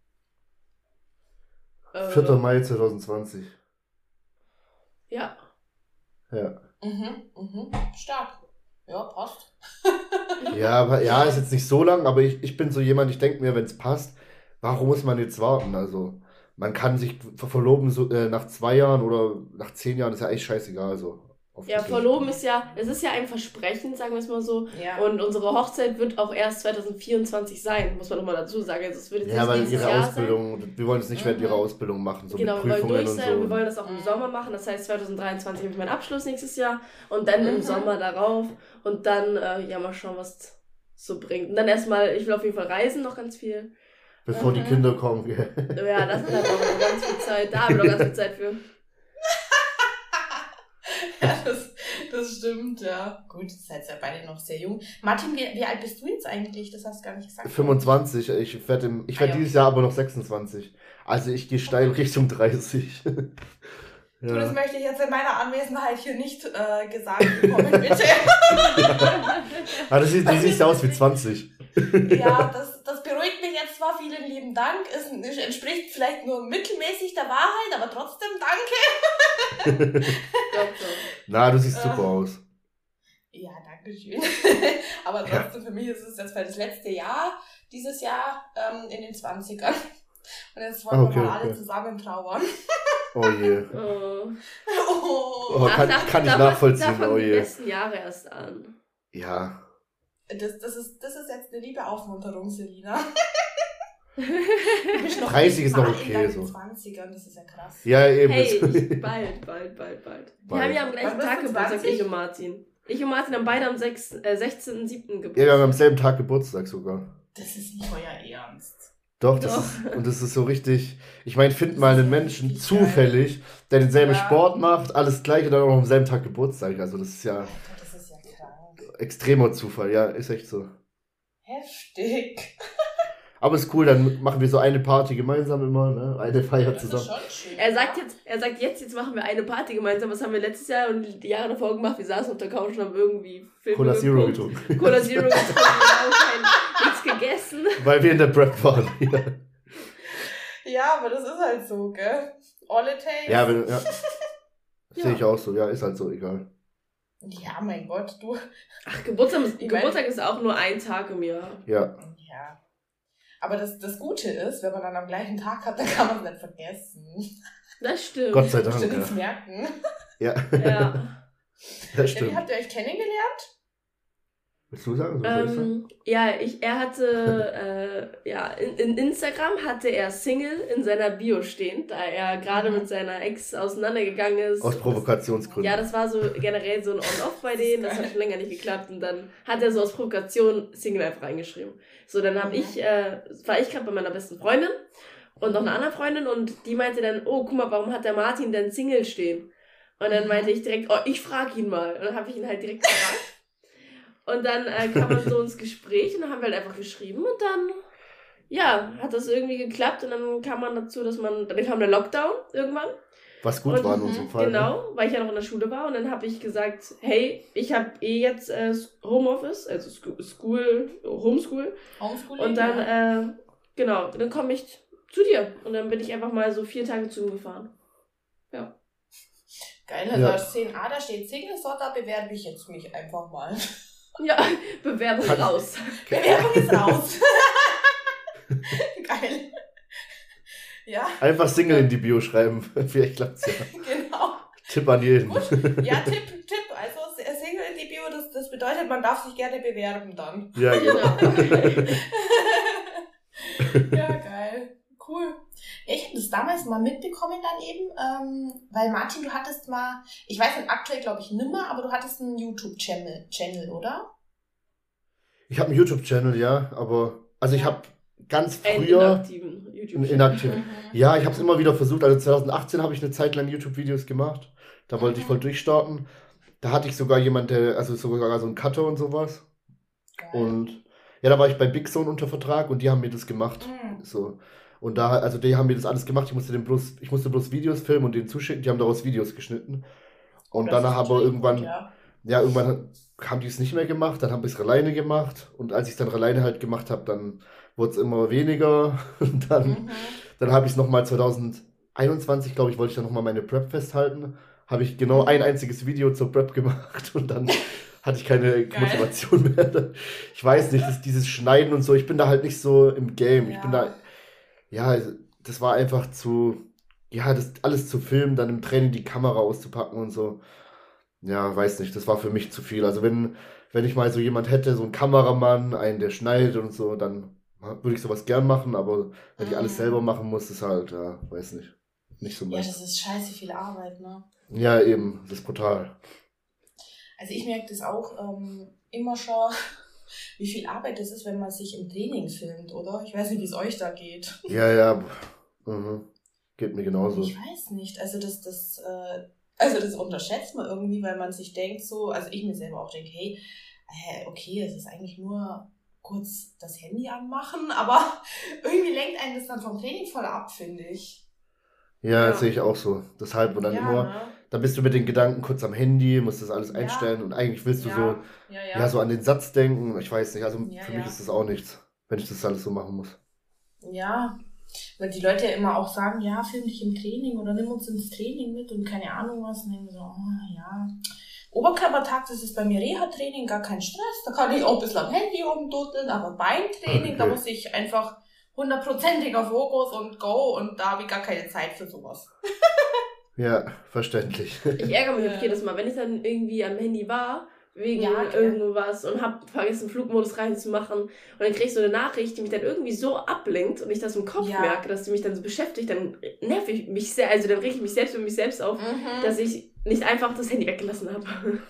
Äh, vierter Mai zwanzig zwanzig. Ja. Ja. Mhm, mhm. Stark. Ja, passt. Ja, aber ja, ist jetzt nicht so lang, aber ich, ich bin so jemand, ich denke mir, wenn es passt, warum muss man jetzt warten? Also, man kann sich ver- verloben so, äh, nach zwei Jahren oder nach zehn Jahren, ist ja echt scheißegal. Also, auf Ja, das- verloben ist ja, es ist ja ein Versprechen, sagen wir es mal so. Ja. Und unsere Hochzeit wird auch erst zwanzig vierundzwanzig sein, muss man nochmal dazu sagen. Also es wird jetzt Ja, nicht weil dieses ihre Jahr Ausbildung, wir wollen es nicht während Mhm. ihrer Ausbildung machen, so sein. Genau, mit wir wollen Prüfungen durch und sein und wir so. wollen das auch im Mhm. Sommer machen. Das heißt, zwanzig dreiundzwanzig habe ich meinen Abschluss nächstes Jahr und dann Mhm. im Sommer darauf und dann, äh, ja, mal schauen, was so bringt. Und dann erstmal, ich will auf jeden Fall reisen, noch ganz viel. Bevor die Mhm. Kinder kommen. gell. Ja, das hat auch noch ganz viel Zeit. Da haben wir noch ganz viel Zeit für. Ja, das, das stimmt, ja. Gut, ihr seid ja beide noch sehr jung. Martin, wie, wie alt bist du jetzt eigentlich? Das hast du gar nicht gesagt. fünfundzwanzig, ich werde im- ich Ah, werd ja. dieses Jahr aber noch sechsundzwanzig. Also ich gehe steil Richtung dreißig. Du, das Ja. möchte ich jetzt in meiner Anwesenheit hier nicht äh, gesagt bekommen, bitte. Ah, das sieht, die siehst ja aus wie zwanzig. Ja, das, das beruhigt mich jetzt zwar. Vielen lieben Dank. Es entspricht vielleicht nur mittelmäßig der Wahrheit, aber trotzdem danke. Doch, doch. Na, du siehst super Äh. aus. Ja, danke schön. Aber trotzdem, für mich ist es jetzt das letzte Jahr, dieses Jahr ähm, in den zwanzigern. Und jetzt wollen Okay, wir mal alle okay. zusammen trauern. Oh je. Oh. Oh. Oh, kann, Ach, da- kann ich da- nachvollziehen, Da fangen oh die je. besten Jahre erst an. Ja. Das, das, ist, das ist jetzt eine liebe Aufmunterung, Selina. Du bist noch dreißig ist noch mal okay, in deinen so. zwanzigern, das ist ja krass. Ja, eben. Hey, ich, bald, bald, bald, bald. Wir Bald. haben ja am gleichen Wann bist Tag du, Geburtstag, zwanzig? ich und Martin. Ich und Martin haben beide am sechsten, äh, sechzehnten siebten Ja, Geburtstag. wir haben am selben Tag Geburtstag sogar. Das ist nicht euer Ernst. Doch, das Doch. ist, und das ist so richtig, ich meine, find mal einen Menschen Richtig zufällig, der denselben Ja. Sport macht, alles gleich und dann auch noch am selben Tag Geburtstag. Also das ist ja Alter, das ist ja krank. extremer Zufall, ja, ist echt so. Heftig. Aber ist cool, dann machen wir so eine Party gemeinsam immer, ne? Eine Feier Das ist zusammen. schon schön. Er sagt jetzt, er sagt jetzt, jetzt machen wir eine Party gemeinsam. Was haben wir letztes Jahr und die Jahre davor gemacht? Wir saßen auf der Couch und haben irgendwie Filme Cola Zero geguckt. getrunken. Cola Zero getrunken, wir haben kein, nichts gegessen. Weil wir in der Prep waren. Ja. Ja, aber das ist halt so, gell? all it takes. Ja, wenn, ja. Ja. Sehe ich auch so. Ja, ist halt so, egal. Ja, mein Gott, du. Ach, Geburtstag, ist, Ich Geburtstag mein- ist auch nur ein Tag im Jahr. Ja. Ja. Aber das, das Gute ist, wenn man dann am gleichen Tag hat, dann kann man es nicht vergessen. Das stimmt. Gott sei Du musst dir Dank. nichts Ja, merken. ja. Ja. Das Ja, wie stimmt. habt ihr euch kennengelernt? Willst du sagen? Soll ich sagen? Ähm, ja, ich, er hatte, äh, ja, in, in Instagram hatte er Single in seiner Bio stehen, da er gerade mit seiner Ex auseinandergegangen ist. Aus Provokationsgründen. Ja, das war so generell so ein On-Off bei denen, das hat schon länger nicht geklappt und dann hat er so aus Provokation Single einfach reingeschrieben. So, dann hab Mhm. ich, äh, war ich gerade bei meiner besten Freundin und noch eine andere Freundin und die meinte dann, oh, guck mal, warum hat der Martin denn Single stehen? Und dann Mhm. meinte ich direkt, oh, ich frag ihn mal. Und dann habe ich ihn halt direkt gefragt. Und dann äh, kam man so ins Gespräch und dann haben wir halt einfach geschrieben und dann, ja, hat das irgendwie geklappt und dann kam man dazu, dass man, dann kam der Lockdown irgendwann. Was gut Und- war in unserem Fall. Ne? Genau, weil ich ja noch in der Schule war und dann habe ich gesagt, hey, ich habe eh jetzt äh, Homeoffice, also Scho- School, Homeschool Homeschooling? und dann, ja. äh, genau, dann komme ich zu dir und dann bin ich einfach mal so vier Tage zu ihm gefahren. Geil, also Ja. da zehn a da steht Single, so, da bewerbe ich jetzt mich einfach mal. Ja, Bewerbung Kann- raus. Bewerbung ist raus. Geil. Ja, Einfach Single in die Bio schreiben. Vielleicht klappt's ja. genau. Tipp an jeden. Gut. Ja, Tipp, Tipp. Also Single in die Bio, das, das bedeutet, man darf sich gerne bewerben dann. Ja, genau. Genau. Ja, geil. Cool. Ja, ich habe das damals mal mitbekommen dann eben, ähm, weil Martin, du hattest mal, ich weiß nicht, aktuell glaube ich nimmer, aber du hattest einen YouTube-Channel, Channel, oder? Ich habe einen YouTube-Channel, ja, aber also ich Ja. habe ganz Einen früher inaktiven YouTube. einen inaktiven. Ja, ich habe es immer wieder versucht. Also zwanzig achtzehn habe ich eine Zeit lang YouTube-Videos gemacht. Da wollte ich Mhm. voll durchstarten. Da hatte ich sogar jemand, der, also sogar so einen Cutter und sowas. Geil. Und ja, da war ich bei Big Zone unter Vertrag und die haben mir das gemacht. Mhm. So. Und da, also die haben mir das alles gemacht. Ich musste den bloß, ich musste bloß Videos filmen und denen zuschicken. Die haben daraus Videos geschnitten. Und Das danach ist aber natürlich irgendwann, gut, ja. ja, irgendwann haben die es nicht mehr gemacht. Dann habe ich es alleine gemacht. Und als ich es dann alleine halt gemacht habe, dann wurde es immer weniger. Und dann, Mhm. dann habe ich es nochmal zwanzig einundzwanzig, glaube ich, wollte ich dann nochmal meine Prep festhalten. Habe ich genau ein einziges Video zur Prep gemacht und dann hatte ich keine Geil. Motivation mehr. Ich weiß nicht, das, dieses Schneiden und so, ich bin da halt nicht so im Game. Ich bin Ja. da, ja, das war einfach zu, ja, das alles zu filmen, dann im Training die Kamera auszupacken und so. Ja, weiß nicht, das war für mich zu viel. Also wenn, wenn ich mal so jemand hätte, so einen Kameramann, einen, der schneidet und so, dann würde ich sowas gern machen, aber wenn ich alles Mhm. selber machen muss, ist halt, ja, weiß nicht, nicht so Ja, meins. das ist scheiße viel Arbeit, ne? Ja, eben, das ist brutal. Also ich merke das auch ähm, immer schon, wie viel Arbeit das ist, wenn man sich im Training filmt, oder? Ich weiß nicht, wie es euch da geht. Ja, ja, mhm. Geht mir genauso. Ich weiß nicht. Also das, das, äh, also das unterschätzt man irgendwie, weil man sich denkt so, also ich mir selber auch denke, hey, äh, okay, es ist eigentlich nur kurz das Handy anmachen, aber irgendwie lenkt einen das dann vom Training voll ab, finde ich. Ja, Ja. das sehe ich auch so. Deshalb, und dann ja, immer, ne? dann bist du mit den Gedanken kurz am Handy, musst das alles Ja. einstellen und eigentlich willst du ja, so, ja, ja. ja. so an den Satz denken. Ich weiß nicht, also Ja, für ja. mich ist das auch nichts, wenn ich das alles so machen muss. Ja, weil die Leute ja immer auch sagen, ja, film dich im Training oder nimm uns ins Training mit und keine Ahnung was. Und dann so, oh, ja. Oberkörpertag, das ist bei mir Reha-Training, gar kein Stress. Da kann ich auch ein bisschen am Handy rumduddeln, aber Beintraining, da Okay. muss ich einfach hundertprozentiger Fokus und go und da habe ich gar keine Zeit für sowas. Ja, verständlich. Ich ärgere mich Ja. auch jedes Mal, wenn ich dann irgendwie am Handy war, wegen Ja, klar. irgendwas und hab vergessen, Flugmodus reinzumachen und dann krieg ich so eine Nachricht, die mich dann irgendwie so ablenkt und ich das im Kopf Ja. merke, dass die mich dann so beschäftigt, dann nerv ich mich sehr, also dann reg ich mich selbst über mich selbst auf, Mhm. dass ich nicht einfach das Handy weggelassen habe.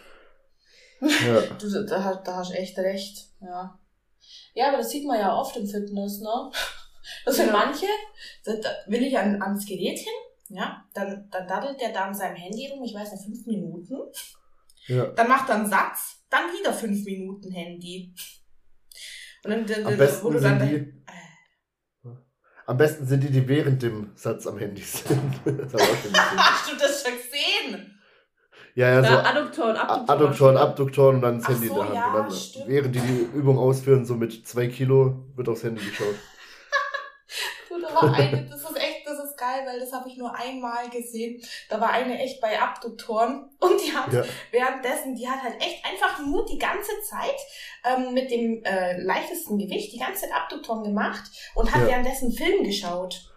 Ja. Du, da, hast- da hast echt recht, ja. Ja, aber das sieht man ja oft im Fitness, ne? Das sind Ja. manche, da, da will ich an, ans Gerät hin, ja, dann, dann daddelt der da an seinem Handy rum, ich weiß nicht, fünf Minuten. Ja. Dann macht er einen Satz, dann wieder fünf Minuten Handy. Und dann, dann, Am wo besten du dann, sind die, am besten sind die, die während dem Satz am Handy sind. Das hab ich auch schon gesehen. hast du das schon gesehen? Ja, ja, so Ja, Adduktoren, Abduktoren. Adduktoren, Abduktoren und dann das Ach Handy so, in der Hand. ja, und dann, stimmt. während die die Übung ausführen, so mit zwei Kilo, wird aufs Handy geschaut. Du, da war eine, das ist echt, das ist geil. geil, weil das habe ich nur einmal gesehen. Da war eine echt bei Abduktoren und die hat ja. währenddessen, die hat halt echt einfach nur die ganze Zeit ähm, mit dem äh, leichtesten Gewicht die ganze Zeit Abduktoren gemacht und hat ja. währenddessen Film geschaut.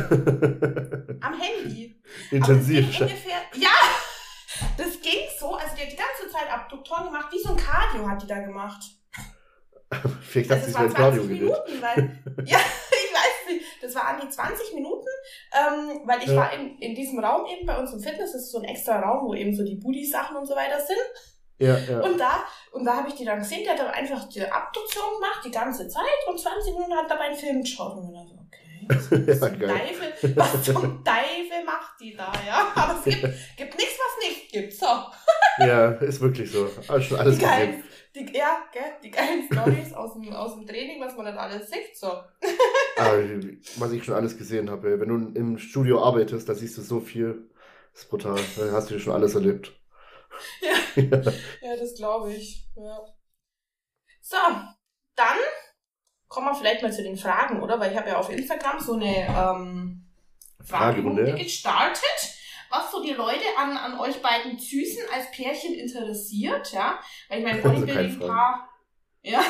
Am Handy. Intensiv. Ungefähr, ja, das ging so, also die hat die ganze Zeit Abduktoren gemacht, wie so ein Cardio hat die da gemacht. Vielleicht dachte ich, es wäre ein Cardio-Gerät. Ja, ich weiß nicht. Das war an die zwanzig Minuten, ähm, weil ich ja. war in, in diesem Raum eben bei uns im Fitness, das ist so ein extra Raum, wo eben so die Booty-Sachen und so weiter sind. Ja, ja. Und da, und da habe ich die dann gesehen, die hat dann einfach die Abduktion gemacht, die ganze Zeit, und zwanzig Minuten hat dabei einen Film geschaut. Und dann so, okay, was zum, ja, Teufel, was zum Teufel macht die da, ja? Aber es gibt, gibt nichts, was nicht gibt, so. Ja, ist wirklich so. Hab schon alles gesehen. Die, ja, gell, die geilen Storys aus dem, aus dem Training, was man dann alles sieht, so. Ah, was ich schon alles gesehen habe. Wenn du im Studio arbeitest, da siehst du so viel. Das ist brutal. Da hast du schon alles erlebt. Ja, ja. ja das glaube ich. Ja. So, dann kommen wir vielleicht mal zu den Fragen, oder? Weil ich habe ja auf Instagram so eine ähm, Fragerunde gestartet, was so die Leute an, an euch beiden Süßen als Pärchen interessiert, ja. Weil ich mein Bodybuilding-Paar, ja,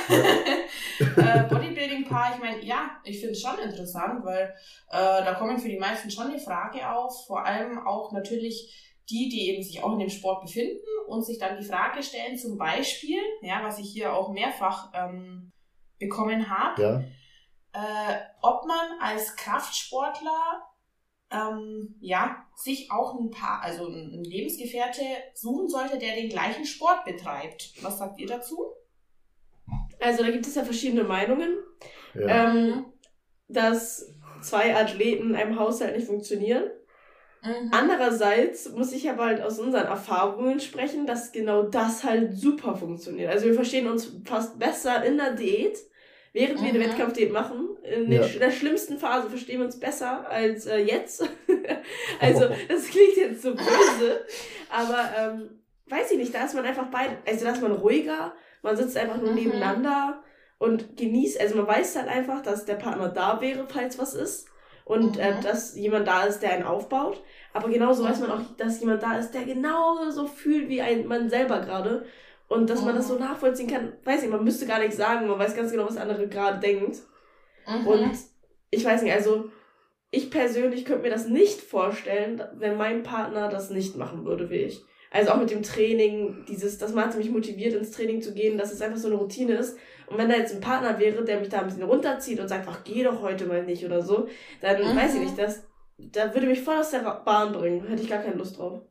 äh, Bodybuilding-Paar, ich meine, ja, ich finde es schon interessant, weil äh, da kommen für die meisten schon eine Frage auf, vor allem auch natürlich die, die eben sich auch in dem Sport befinden und sich dann die Frage stellen, zum Beispiel, ja, was ich hier auch mehrfach ähm, bekommen habe, ja. äh, ob man als Kraftsportler ähm, ja, sich auch ein Paar, also ein Lebensgefährte suchen sollte, der den gleichen Sport betreibt. Was sagt ihr dazu? Also da gibt es ja verschiedene Meinungen, ja. ähm, dass zwei Athleten in einem Haushalt nicht funktionieren. Mhm. Andererseits muss ich aber halt aus unseren Erfahrungen sprechen, dass genau das halt super funktioniert. Also wir verstehen uns fast besser in der Diät, während mhm. wir eine Wettkampfdiät machen. In ja. der schlimmsten Phase verstehen wir uns besser als äh, jetzt. Also das klingt jetzt so böse, aber ähm, weiß ich nicht, da ist man einfach beide, also da ist man ruhiger, man sitzt einfach nur mhm. nebeneinander und genießt, also man weiß halt einfach, dass der Partner da wäre, falls was ist. Und mhm. äh, dass jemand da ist, der einen aufbaut. Aber genauso mhm. weiß man auch, dass jemand da ist, der genauso fühlt wie ein man selber gerade. Und dass mhm. man das so nachvollziehen kann, weiß ich, man müsste gar nichts sagen, man weiß ganz genau, was der andere gerade denkt. Mhm. Und ich weiß nicht, also ich persönlich könnte mir das nicht vorstellen, wenn mein Partner das nicht machen würde wie ich. Also auch mit dem Training, dieses, das hat mich motiviert, ins Training zu gehen, dass es einfach so eine Routine ist. Und wenn da jetzt ein Partner wäre, der mich da ein bisschen runterzieht und sagt, ach, geh doch heute mal nicht oder so, dann mhm. weiß ich nicht, das, da würde mich voll aus der Bahn bringen. Hätte ich gar keine Lust drauf.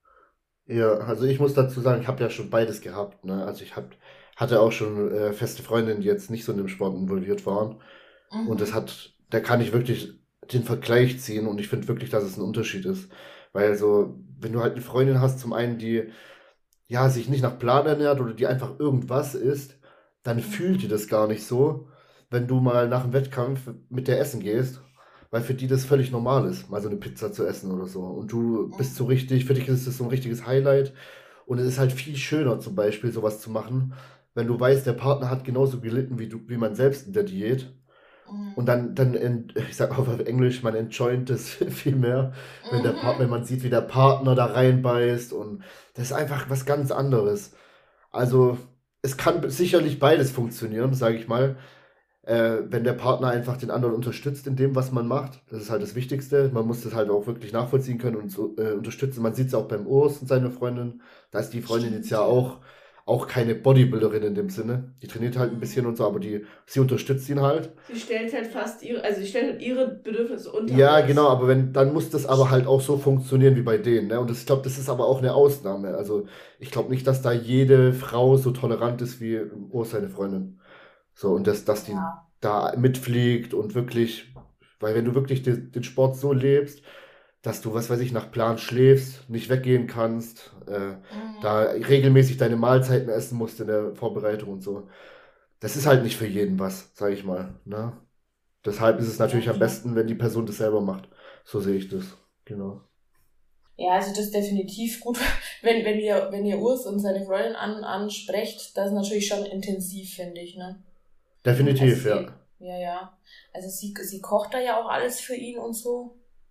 Ja, also ich muss dazu sagen, ich habe ja schon beides gehabt, ne? Also ich hab, hatte auch schon äh, feste Freundinnen, die jetzt nicht so in dem Sport involviert waren. Mhm. Und das hat, da kann ich wirklich den Vergleich ziehen und ich finde wirklich, dass es ein Unterschied ist. Weil so, wenn du halt eine Freundin hast, zum einen, die ja sich nicht nach Plan ernährt oder die einfach irgendwas isst, dann fühlt die das gar nicht so, wenn du mal nach dem Wettkampf mit der essen gehst, weil für die das völlig normal ist, mal so eine Pizza zu essen oder so. Und du bist so richtig, für dich ist das so ein richtiges Highlight. Und es ist halt viel schöner zum Beispiel sowas zu machen, wenn du weißt, der Partner hat genauso gelitten wie du, wie man selbst in der Diät. Und dann, dann, ich sag auch auf Englisch, man enjoyt das viel mehr, wenn der Partner, wenn man sieht, wie der Partner da reinbeißt und das ist einfach was ganz anderes. Also, es kann sicherlich beides funktionieren, sage ich mal, äh, wenn der Partner einfach den anderen unterstützt in dem, was man macht. Das ist halt das Wichtigste. Man muss das halt auch wirklich nachvollziehen können und so, äh, unterstützen. Man sieht es auch beim Urs und seiner Freundin. Da ist die Freundin jetzt ja auch auch keine Bodybuilderin in dem Sinne. Die trainiert halt ein bisschen und so, aber die, sie unterstützt ihn halt. Sie stellt halt fast ihre, also sie stellt halt ihre Bedürfnisse unter. Ja, alles. Genau, aber wenn, dann muss das aber halt auch so funktionieren wie bei denen, ne? Und das, ich glaube, das ist aber auch eine Ausnahme. Also, ich glaube nicht, dass da jede Frau so tolerant ist wie Urs seine Freundin. So, und das, dass die ja. da mitfliegt und wirklich, weil wenn du wirklich den, den Sport so lebst, dass du, was weiß ich, nach Plan schläfst, nicht weggehen kannst, äh, mhm. da regelmäßig deine Mahlzeiten essen musst in der Vorbereitung und so. Das ist halt nicht für jeden was, sag ich mal. Ne? Deshalb ist es natürlich ja, am besten, wenn die Person das selber macht. So sehe ich das. Genau. Ja, also das ist definitiv gut, wenn, wenn ihr, wenn ihr Urs und seine Freundin an, ansprecht, das ist natürlich schon intensiv, finde ich, ne? Definitiv, also sie, ja. Ja, ja. Also sie, sie kocht da ja auch alles für ihn und so.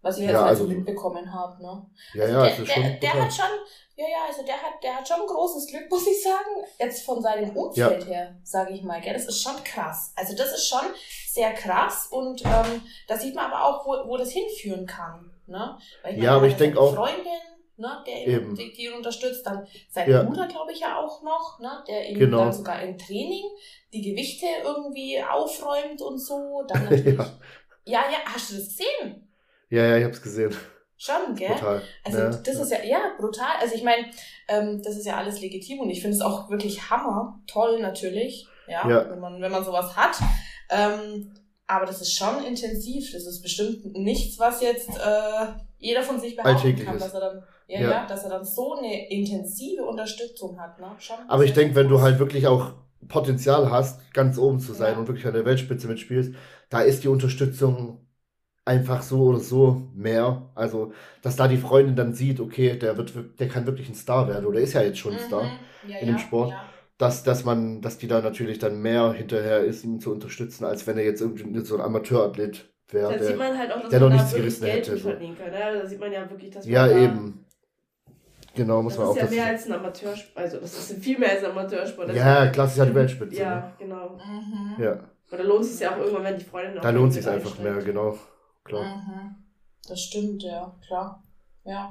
Was ich jetzt Ja, mal so also- mitbekommen habe, ne? Ja, Also ja, der, es ist der, schon der brutal. hat schon, ja, ja, also der hat, der hat schon großes Glück, muss ich sagen, jetzt von seinem Umfeld her, sage ich mal, gell, das ist schon krass. Also das ist schon sehr krass und ähm, da sieht man aber auch, wo, wo das hinführen kann, ne? Weil Ja, aber ich er hat denk seine auch- Freundin, ne, der ihn, Eben. die, die ihn unterstützt, dann sein Ja. Bruder, glaube ich, ja auch noch, ne, der ihm Genau. dann sogar im Training die Gewichte irgendwie aufräumt und so, dann natürlich, Ja. ja, ja, hast du das gesehen? Ja, ja, ich hab's gesehen. Schon, gell? Total. Also ja, das ja. ist ja, ja, brutal. Also ich meine, ähm, das ist ja alles legitim und ich finde es auch wirklich hammer, toll natürlich, ja, Ja. wenn man, wenn man sowas hat. Ähm, aber das ist schon intensiv. Das ist bestimmt nichts, was jetzt äh, jeder von sich behaupten Alltäglich kann, ist. dass er dann, ja, Ja. ja, dass er dann so eine intensive Unterstützung hat, ne? Schon Aber ich sehr denke, wenn du groß. halt wirklich auch Potenzial hast, ganz oben zu sein Ja. und wirklich an der Weltspitze mitspielst, da ist die Unterstützung einfach so oder so mehr. Also, dass da die Freundin dann sieht, okay, der wird, wir- der kann wirklich ein Star werden oder ist ja jetzt schon ein Star, Mhm. Ja, in dem ja, Sport. Ja. dass, dass man, dass die da natürlich dann mehr hinterher ist, ihn zu unterstützen, als wenn er jetzt irgendwie so ein Amateurathlet wäre. Da der- sieht man halt auch, dass der man doch da nichts wirklich gerissen Geld hätte, mit so. verdienen kann. Ja, da sieht man ja wirklich, dass man Ja, da, eben. Genau, muss Das man ist auch ja dazu mehr sagen. als ein Amateursport. Also, das ist viel mehr als ein Amateursport. Das Ja, ist- klar, das ist ja die Weltspitze. Ja, genau. Mhm. Ne? Ja, Und da lohnt es sich ja auch irgendwann, wenn die Freundin auch da lohnt mit sich einfach mehr, einsteigt. genau. Klar. Mhm. Das stimmt, ja, klar. Ja.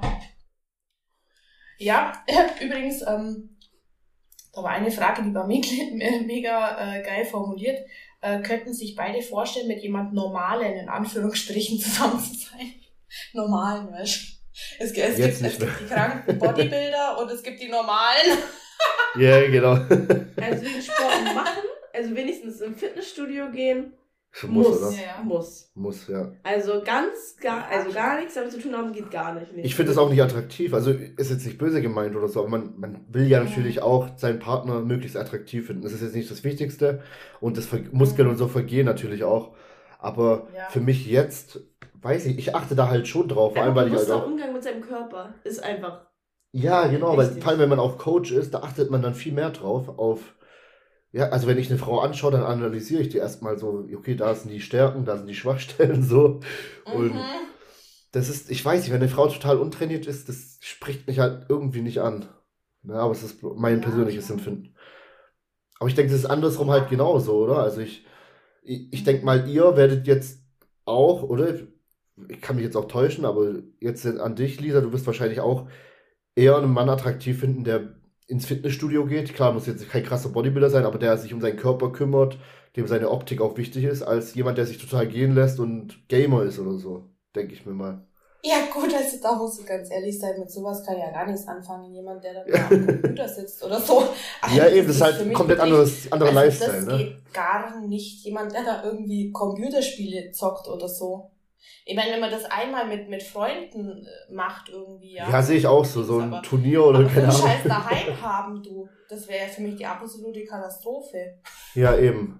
Ja, übrigens, ähm, da war eine Frage, die war mega, mega äh, geil formuliert. Äh, könnten sich beide vorstellen, mit jemand Normalen in Anführungsstrichen zusammen zu sein? Normalen, weißt du? Es, es, Jetzt gibt, es nicht gibt die kranken Bodybuilder und es gibt die normalen. Ja, genau. Also wegen Sport machen, also wenigstens im Fitnessstudio gehen, Muss, muss. oder? Ja. Muss. Muss, ja. Also ganz, gar, also gar nichts damit zu tun haben, geht gar nicht. Ich finde das auch nicht attraktiv. Also ist jetzt nicht böse gemeint oder so, aber man, man will ja natürlich auch seinen Partner möglichst attraktiv finden. Das ist jetzt nicht das Wichtigste. Und das Ver Muskeln und so vergehen natürlich auch. Aber Ja. für mich jetzt, weiß ich, ich achte da halt schon drauf. Vor allem, Einfach weil ich halt bewusster auch. Umgang mit seinem Körper ist einfach. Ja, genau, weil Wichtig. vor allem, wenn man auch Coach ist, da achtet man dann viel mehr drauf auf. Ja, also wenn ich eine Frau anschaue, dann analysiere ich die erstmal so, okay, da sind die Stärken, da sind die Schwachstellen, so. Und Mhm. das ist, ich weiß nicht, wenn eine Frau total untrainiert ist, das spricht mich halt irgendwie nicht an. Ja, aber es ist mein Ja, persönliches klar. Empfinden. Aber ich denke, das ist andersrum halt genauso, oder? Also ich, ich, ich denke mal, ihr werdet jetzt auch, oder? Ich kann mich jetzt auch täuschen, aber jetzt an dich, Lisa, du wirst wahrscheinlich auch eher einen Mann attraktiv finden, der ins Fitnessstudio geht. Klar, muss jetzt kein krasser Bodybuilder sein, aber der sich um seinen Körper kümmert, dem seine Optik auch wichtig ist, als jemand, der sich total gehen lässt und Gamer ist oder so. Denke ich mir mal. Ja gut, also da muss ich ganz ehrlich sein, mit sowas kann ich ja gar nichts anfangen. Jemand, der dann da am Computer sitzt oder so. Also Ja, eben, das ist für halt mich komplett wirklich- anderes, anderer also Lifestyle, das ne? geht gar nicht. Jemand, der da irgendwie Computerspiele zockt oder so. Ich meine, wenn man das einmal mit, mit Freunden äh, macht irgendwie, ja. Ja, sehe ich auch so, so ein Aber- Turnier oder aber so keine einen Ahnung. Scheiß daheim haben, du. Das wäre ja für mich die absolute Katastrophe. Ja, eben.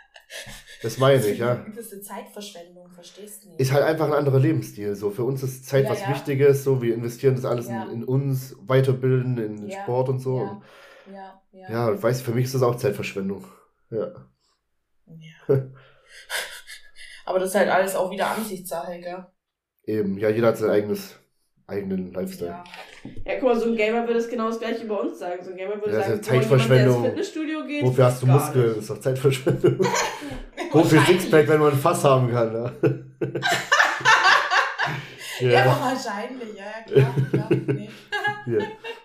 Das meine Das ich, ist ja. die übelste Zeitverschwendung, verstehst du nicht? Ist halt einfach ein anderer Lebensstil. So, für uns ist Zeit Ja, was ja. Wichtiges, so, wir investieren das alles Ja. in, in uns, weiterbilden, in Ja, Sport und so. ja, Und ja, ja. ja, ich weiß, für mich ist das auch Zeitverschwendung. Ja. Ja. Aber das ist halt alles auch wieder Ansichtssache, gell? Eben, ja, jeder hat sein eigenes, eigenen Lifestyle. Ja. Ja, guck mal, so ein Gamer würde das genau das gleiche über uns sagen. So ein Gamer würde Ja, das sagen, ist boah, ja jemand, der Zeitverschwendung. ins Fitnessstudio geht, Wofür hast du gar Muskeln? nicht. Das ist doch Zeitverschwendung. Wofür Wahrscheinlich. Sixpack, wenn man ein Fass haben kann, ne? Ja, ja. aber wahrscheinlich, ja, ja, klar, klar. Nee. ja.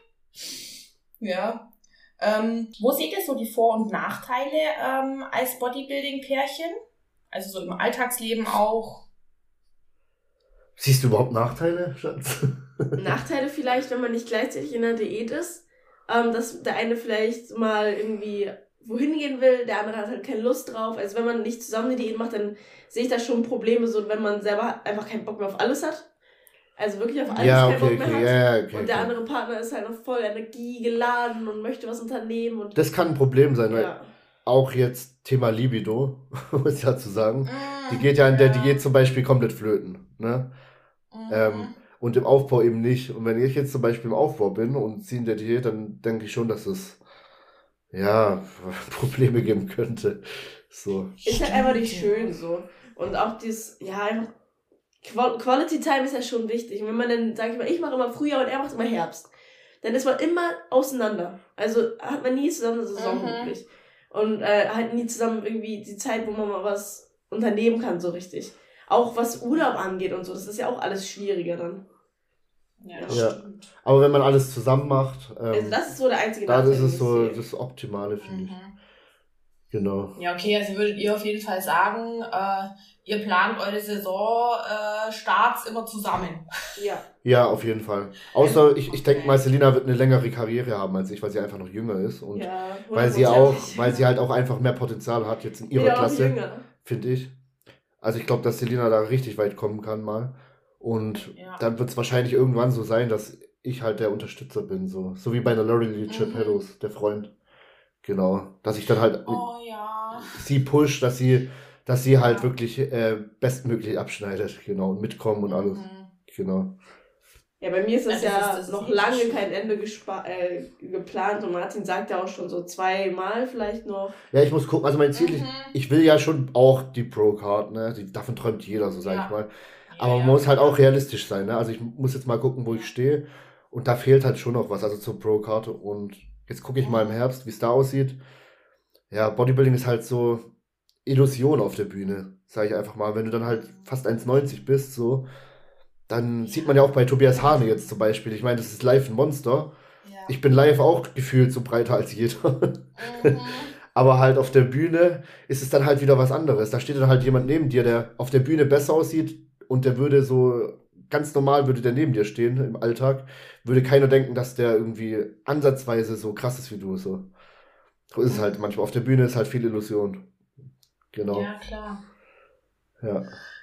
Ja. Ähm, wo seht ihr so die Vor- und Nachteile ähm, als Bodybuilding-Pärchen? Also so im Alltagsleben auch. Siehst du überhaupt Nachteile, Schatz? Nachteile vielleicht, wenn man nicht gleichzeitig in einer Diät ist, ähm, dass der eine vielleicht mal irgendwie wohin gehen will, der andere hat halt keine Lust drauf. Also wenn man nicht zusammen eine Diät macht, dann sehe ich da schon Probleme, so wenn man selber einfach keinen Bock mehr auf alles hat. Also wirklich auf alles Ja, keinen okay, Bock mehr okay, hat. ja, ja, okay. Und der okay. andere Partner ist halt noch voll energiegeladen und möchte was unternehmen. Und Das kann ein Problem sein, weil ja. auch jetzt Thema Libido, muss ich dazu sagen. Mm, Die geht ja in der Diät zum Beispiel komplett flöten, ne? Mhm. Ähm, und im Aufbau eben nicht. Und wenn ich jetzt zum Beispiel im Aufbau bin und sie in der Diät, dann denke ich schon, dass es ja Probleme geben könnte. So. Ist halt einfach nicht schön so. Und auch dieses, ja, einfach Quality Time ist ja schon wichtig. Und wenn man dann, sag ich mal, ich mache immer Frühjahr und er macht immer Herbst, dann ist man immer auseinander. Also hat man nie zusammen eine Saison Mhm. wirklich. Und äh, halt nie zusammen irgendwie die Zeit, wo man mal was unternehmen kann, so richtig. Auch was Urlaub angeht und so, das ist ja auch alles schwieriger dann. Ja, das Ja. stimmt. Aber wenn man alles zusammen macht, ähm, Also das ist so der einzige da Nachteil, ist den es ich so sehe. das Optimale, finde ich. Mhm. Genau. Ja, okay, also würdet ihr auf jeden Fall sagen, äh, ihr plant eure Saisonstarts äh, Starts immer zusammen. Ja. Ja, auf jeden Fall. Außer, ich, ich denke Okay. mal, Selina wird eine längere Karriere haben als ich, weil sie einfach noch jünger ist. Und Ja, weil sie auch, hundertprozentig. weil sie halt auch einfach mehr Potenzial hat jetzt in ihrer Ja, auch Klasse, jünger. finde ich. Also ich glaube, dass Selina da richtig weit kommen kann mal. Und Ja. dann wird es wahrscheinlich irgendwann so sein, dass ich halt der Unterstützer bin. So, so wie bei der Lorelei Chip Mhm. Heddos, der Freund. Genau. Dass ich dann halt Oh ja. sie push, dass sie, dass sie halt Ja. wirklich äh, bestmöglich abschneidet. Genau. Und mitkommen und alles. Mhm. Genau. Ja, bei mir ist es Ja, das ja ist- das ist noch eh lange schön. kein Ende gespa- äh, geplant und Martin sagt ja auch schon so zweimal vielleicht noch. Ja, ich muss gucken. Also mein Ziel ist, Mhm. ich will ja schon auch die Pro-Card, ne? Die, davon träumt jeder, so sage Ja. ich mal. Ja, Aber man ja. muss halt auch realistisch sein, ne? Also ich muss jetzt mal gucken, wo ich stehe. Und da fehlt halt schon noch was, also zur Pro-Karte. Und jetzt gucke ich mal im Herbst, wie es da aussieht. Ja, Bodybuilding ist halt so Illusion auf der Bühne, sage ich einfach mal. Wenn du dann halt fast eins neunzig bist, so, dann sieht man ja auch bei Tobias Hane jetzt zum Beispiel. Ich meine, das ist live ein Monster. Ja. Ich bin live auch gefühlt so breiter als jeder. Mhm. Aber halt auf der Bühne ist es dann halt wieder was anderes. Da steht dann halt jemand neben dir, der auf der Bühne besser aussieht und der würde so, ganz normal würde der neben dir stehen im Alltag, würde keiner denken, dass der irgendwie ansatzweise so krass ist wie du. So, so ist es halt manchmal. Auf der Bühne ist halt viel Illusion. Genau. Ja, klar. Ja.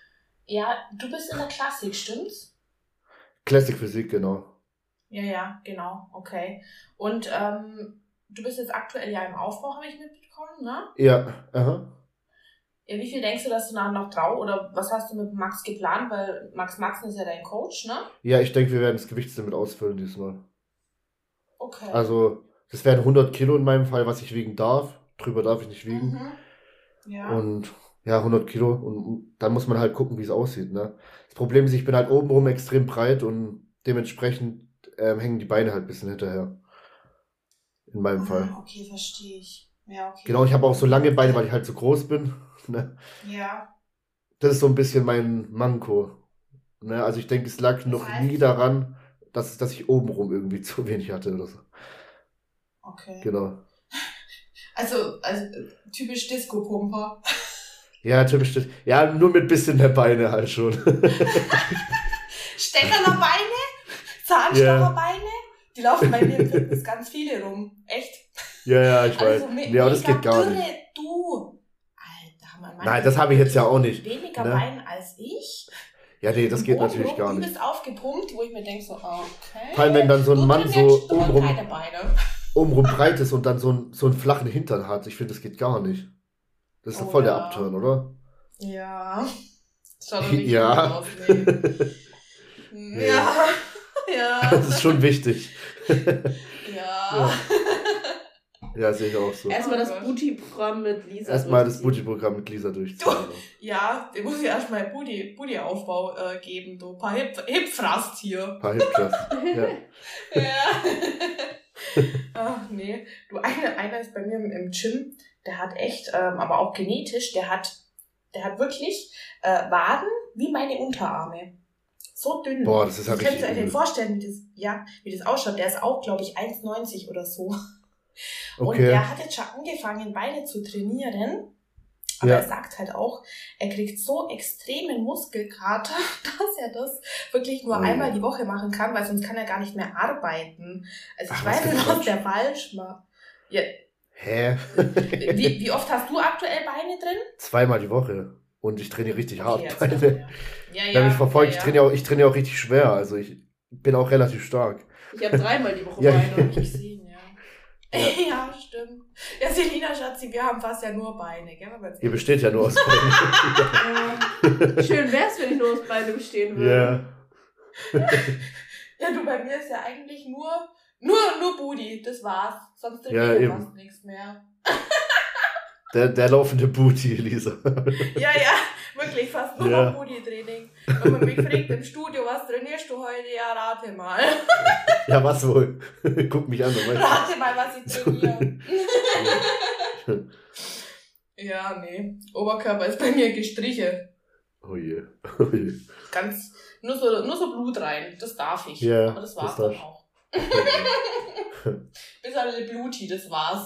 Ja, du bist in der Klassik, stimmt's? Classic Physik, genau. Ja, ja, genau, okay. Und ähm, du bist jetzt aktuell ja im Aufbau, habe ich mitbekommen, ne? Ja, aha. Ja, wie viel denkst du, dass du nachher noch trau oder was hast du mit Max geplant? Weil Max Maxen ist ja dein Coach, ne? Ja, ich denke, wir werden das Gewichtslimit ausfüllen diesmal. Okay. Also, das wären hundert Kilo in meinem Fall, was ich wiegen darf. Drüber darf ich nicht wiegen. Mhm. Ja. Und ja, hundert Kilo. Und dann muss man halt gucken, wie es aussieht. Ne? Das Problem ist, ich bin halt obenrum extrem breit und dementsprechend ähm, hängen die Beine halt ein bisschen hinterher. In meinem Fall. Ah, okay, verstehe ich. Ja, okay. Genau, ich habe auch so lange Beine, weil ich halt so groß bin. Ne? Ja. Das ist so ein bisschen mein Manko. Ne? Also ich denke, es lag noch heißt- nie daran, dass, dass ich obenrum irgendwie zu wenig hatte oder so. Okay. Genau. Also, also äh, typisch Disco-Pumper. Ja, typisch das. Ja, nur mit bisschen mehr Beine halt schon. Steckerner Beine, Zahnstocherbeine, die laufen bei mir im Fitness ganz viele rum. Echt? Ja, ja, ich weiß. Also, me- Ja, aber das mega geht gar dürre, nicht. Du. Alter, Mann, manche Nein, das habe ich jetzt ja auch nicht. Weniger ne? Beine als ich. Ja, nee, das geht Und natürlich obenrum gar nicht. übelst aufgepumpt, wo ich mir denke so, okay. Vor allem, wenn dann so ein du Mann trainierst so aber obenrum, keine Beine. obenrum breit ist und dann so, ein, so einen flachen Hintern hat. Ich finde, das geht gar nicht. Das ist doch Oh voll der ja. Upturn, oder? Ja. Schaut doch nicht Ja. gut aus, nee. Ja. Ja. Das ist schon wichtig. Ja. Ja, sehe ich auch so. Erstmal Oh das Gott. Booty-Programm mit Lisa. Erstmal das durchziehen. Booty-Programm mit Lisa durchziehen. Ja, dem muss ich erstmal Booty, Booty-Aufbau äh, geben, du. Ein paar Hip, Hip-Frast hier. Ein paar Hip-Thrust. Ja. Ja. Ach nee. Du, einer, einer ist bei mir im, im Gym, der hat echt, ähm, aber auch genetisch, der hat, der hat wirklich äh, Waden wie meine Unterarme. So dünn. Boah, das ist ja Das könnt richtig ihr euch übel. nicht vorstellen, wie das, ja, wie das ausschaut. Der ist auch, glaube ich, eins neunzig oder so. Und Okay. der hat jetzt schon angefangen, Beine zu trainieren. Aber Ja. er sagt halt auch, er kriegt so extremen Muskelkater, dass er das wirklich nur Oh. einmal die Woche machen kann, weil sonst kann er gar nicht mehr arbeiten. Also ich Ach, was weiß für nicht, was Quatsch. der falsch macht. Ja, Hä? wie, wie oft hast du aktuell Beine drin? Zweimal die Woche. Und ich trainiere richtig hart Okay, jetzt- Beine. Ja, ja. Wer mich verfolgt, ja, ich trainiere auch, ich trainiere auch richtig schwer. Also ich bin auch relativ stark. Ich habe dreimal die Woche Ja. Beine. Hab ich gesehen, ja. Ja. Ja, stimmt. Ja, Selina, Schatzi, wir haben fast ja nur Beine, gell? wenn wir jetzt Ihr besteht ja nur aus Beinen. Ja. Schön wär's, wenn ich nur aus Beine bestehen würde. Ja. Ja, du, bei mir ist ja eigentlich nur, nur, nur Booty, das war's. Sonst Ja, trainieren wir eben. fast nichts mehr. Der, der laufende Booty, Lisa. Ja, ja, wirklich fast nur Ja. noch Booty-Training. Wenn man mich fragt im Studio, was trainierst du heute? Ja, rate mal. Ja, was wohl? Guck mich an, dann weißt Rate mal, was ich trainiere. Ja, nee. Oberkörper ist bei mir gestrichen. du. Oh je. Oh je. Ganz, nur so, nur so Blut rein. Das darf ich. Ja, aber das war's das dann darf. auch. Bis alle Bluti, das war's.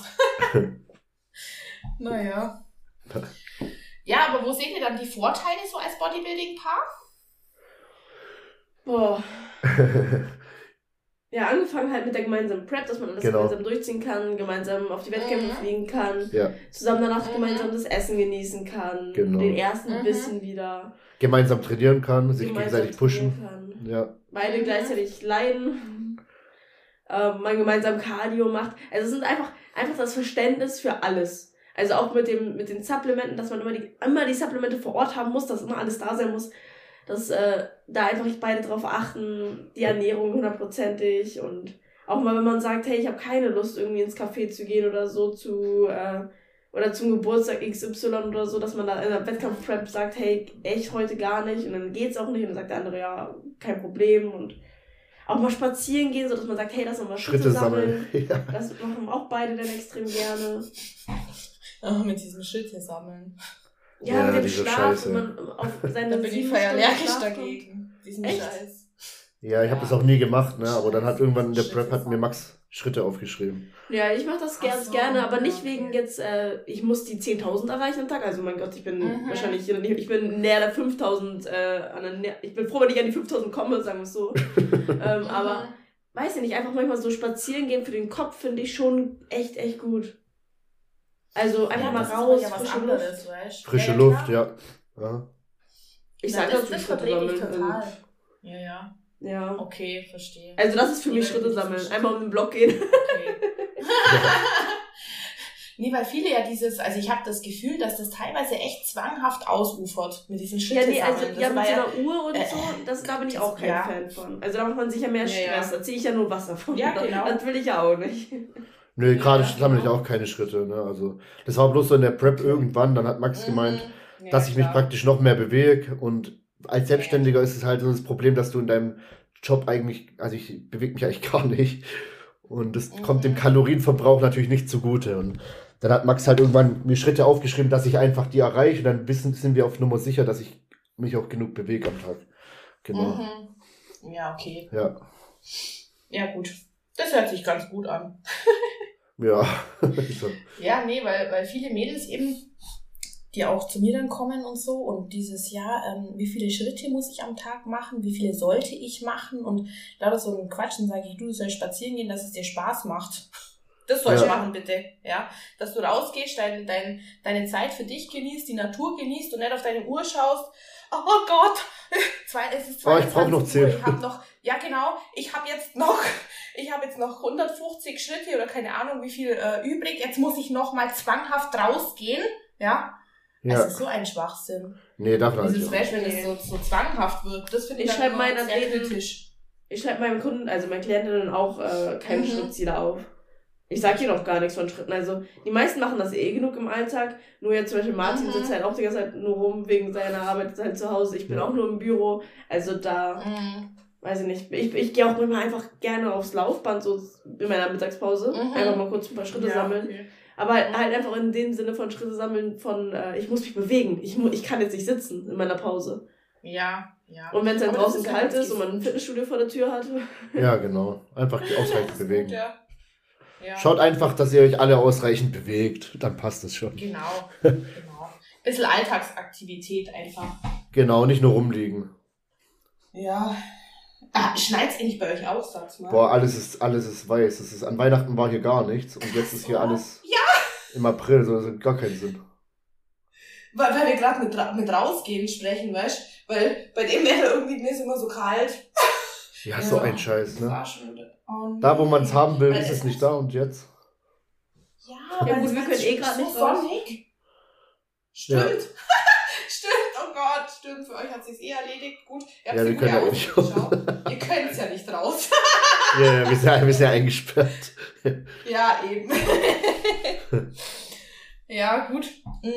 Naja. Ja, aber wo seht ihr dann die Vorteile so als Bodybuilding-Paar? Boah. Ja, angefangen halt mit der gemeinsamen Prep, dass man alles Genau. gemeinsam durchziehen kann, gemeinsam auf die Wettkämpfe Mhm. fliegen kann, Ja, zusammen danach Mhm. gemeinsam das Essen genießen kann, Genau. den ersten Mhm. Bissen wieder gemeinsam trainieren kann, sich gemeinsam gegenseitig pushen. trainieren kann. Ja, Beide Mhm. gleichzeitig leiden, ähm, man gemeinsam Cardio macht. Also es sind einfach, einfach das Verständnis für alles. Also auch mit dem, mit den Supplementen, dass man immer die, immer die Supplemente vor Ort haben muss, dass immer alles da sein muss. Dass äh, da einfach beide drauf achten, die Ernährung hundertprozentig und auch mal, wenn man sagt, hey, ich habe keine Lust, irgendwie ins Café zu gehen oder so zu, äh, oder zum Geburtstag X Y oder so, dass man da in der Wettkampf-Prep sagt, hey, echt heute gar nicht und dann geht's auch nicht und dann sagt der andere, ja, kein Problem und auch mal spazieren gehen, so dass man sagt, hey, lass uns mal Schritte, Schritte sammeln. sammeln. Ja. Das machen auch beide dann extrem gerne. Oh, mit diesem Shit hier sammeln. Ja, Ja, mit dem diese Schlaf, Scheiße. wenn man auf seine Da bin ich sieben voll Stunden allergisch Schlaf kommt. dagegen. Diesen Echt? Scheiß. Ja, ich habe Ja. das auch nie gemacht, ne? Aber dann hat irgendwann in der Schritte Prep hat mir sammeln. Max Schritte aufgeschrieben. Ja, ich mache das Ach ganz so, gerne, aber nicht okay. wegen jetzt, äh, ich muss die zehntausend erreichen am Tag. Also mein Gott, ich bin Mhm. wahrscheinlich, ich bin näher der fünftausend, äh, an der, Nä- ich bin froh, wenn ich an die fünftausend komme, sagen wir es so. ähm, aber weiß ich nicht, einfach manchmal so spazieren gehen für den Kopf finde ich schon echt, echt gut. Also einfach Ja, mal das ist aber raus, ja was frische Luft. anderes, weißt du? Frische ja, Luft, klar. ja. ja. Ich Na, sag das, dazu das Schritte vertrete ich sammeln. total. Ja, ja. Ja. Okay, verstehe. Also das ist für mich Nee, Schritte das ist sammeln. nicht- Einmal um den Block gehen. Okay. Nee, weil viele ja dieses, also ich habe das Gefühl, dass das teilweise echt zwanghaft ausufert mit diesen Ja, Schritte nee, also sammeln. ja, Das mit war so ja, einer Uhr und äh, so, das, da bin ich auch kein ja. Fan von. Also da macht man sicher mehr Ja, ja. Stress. Da ziehe ich ja nur Wasser von. Ja, genau. Das will ich ja auch nicht. Nö, gerade Ja, sammle ich genau. auch keine Schritte, ne? Also, das war bloß so in der Prep irgendwann, dann hat Max gemeint, Mhm. Ja, dass ich mich klar. praktisch noch mehr bewege und als Selbstständiger ist es halt so das Problem, dass du in deinem Job eigentlich, also ich bewege mich eigentlich gar nicht und das Mhm. kommt dem Kalorienverbrauch natürlich nicht zugute und dann hat Max halt irgendwann mir Schritte aufgeschrieben, dass ich einfach die erreiche und dann wissen, sind wir auf Nummer sicher, dass ich mich auch genug bewege am Tag. Genau. Mhm. Ja, okay. Ja. Ja, gut. Das hört sich ganz gut an. Ja. so. Ja, nee, weil, weil viele Mädels eben, die auch zu mir dann kommen und so und dieses Jahr, ähm, wie viele Schritte muss ich am Tag machen, wie viele sollte ich machen und lauter so ein Quatsch, dann sage ich, du sollst spazieren gehen, dass es dir Spaß macht. Das sollst du Ja. machen, bitte, ja. Dass du rausgehst, dein, dein, deine Zeit für dich genießt, die Natur genießt und nicht auf deine Uhr schaust. Oh Gott, zwei, es ist Oh, ich brauch noch zweiundzwanzig zehn. Uhr, ich habe noch, ja genau, ich habe jetzt noch, ich habe jetzt noch hundertfünfzig Schritte oder keine Ahnung wie viel äh, übrig, jetzt muss ich noch mal zwanghaft rausgehen, ja. Ja. Es ist so ein Schwachsinn. Nee, davon habe ich Dieses auch. Weißt, wenn es so, so zwanghaft wird, das finde ich, Ich dann schreibe immer meinen sehr Athleten- kritisch. Ich schreibe meinem Kunden, also meinen Klientinnen auch äh, keine Mhm. Schrittziele auf. Ich sag hier noch gar nichts von Schritten. Also die meisten machen das eh genug im Alltag. Nur jetzt zum Beispiel Martin Mhm. sitzt halt auch die ganze Zeit nur rum wegen seiner Arbeit halt zu Hause. Ich bin Ja. auch nur im Büro. Also da, Mhm. weiß ich nicht. Ich, ich gehe auch manchmal einfach gerne aufs Laufband, so in meiner Mittagspause. Mhm. Einfach mal kurz ein paar Schritte Ja, sammeln. okay. Aber halt, Mhm. halt einfach in dem Sinne von Schritte sammeln von, äh, ich muss mich bewegen. Ich, mu ich kann jetzt nicht sitzen in meiner Pause. Ja, ja. Und wenn es dann Aber das draußen ist ja kalt ganz ist und man ein Fitnessstudio vor der Tür hat. Ja, genau. Einfach ausreichend bewegen. Ja. Ja. Schaut einfach, dass ihr euch alle ausreichend bewegt. Dann passt es schon. Genau, genau. Bisschen Alltagsaktivität einfach. Genau, nicht nur rumliegen. Ja. Ah, schneit's endlich bei euch aus, sag's mal. Boah, alles ist, alles ist weiß. Es ist, an Weihnachten war hier gar nichts. Und jetzt ist hier alles im April. So, das hat gar keinen Sinn. Weil, weil wir gerade mit, ra- mit rausgehen sprechen, weißt du? Weil bei dem Wetter irgendwie mir ist immer so kalt. Ja, so ein Scheiß, ne? War schon wieder- Oh, nee. Da, wo man es haben will, Weil ist es es nicht da. Und jetzt? Ja, Ja, weil gut, es wir war können eh so grad nicht raus. sonnig. Stimmt. Stimmt, oh Gott, stimmt. Für euch hat sich's eh erledigt. Gut, ihr habt Ja, die wir gute können ja eh Aussicht, nicht schau. Ihr könnt's ja nicht raus. Ja, ja, wir sind, ja- wir sind ja eingesperrt. Ja, eben. Ja, gut.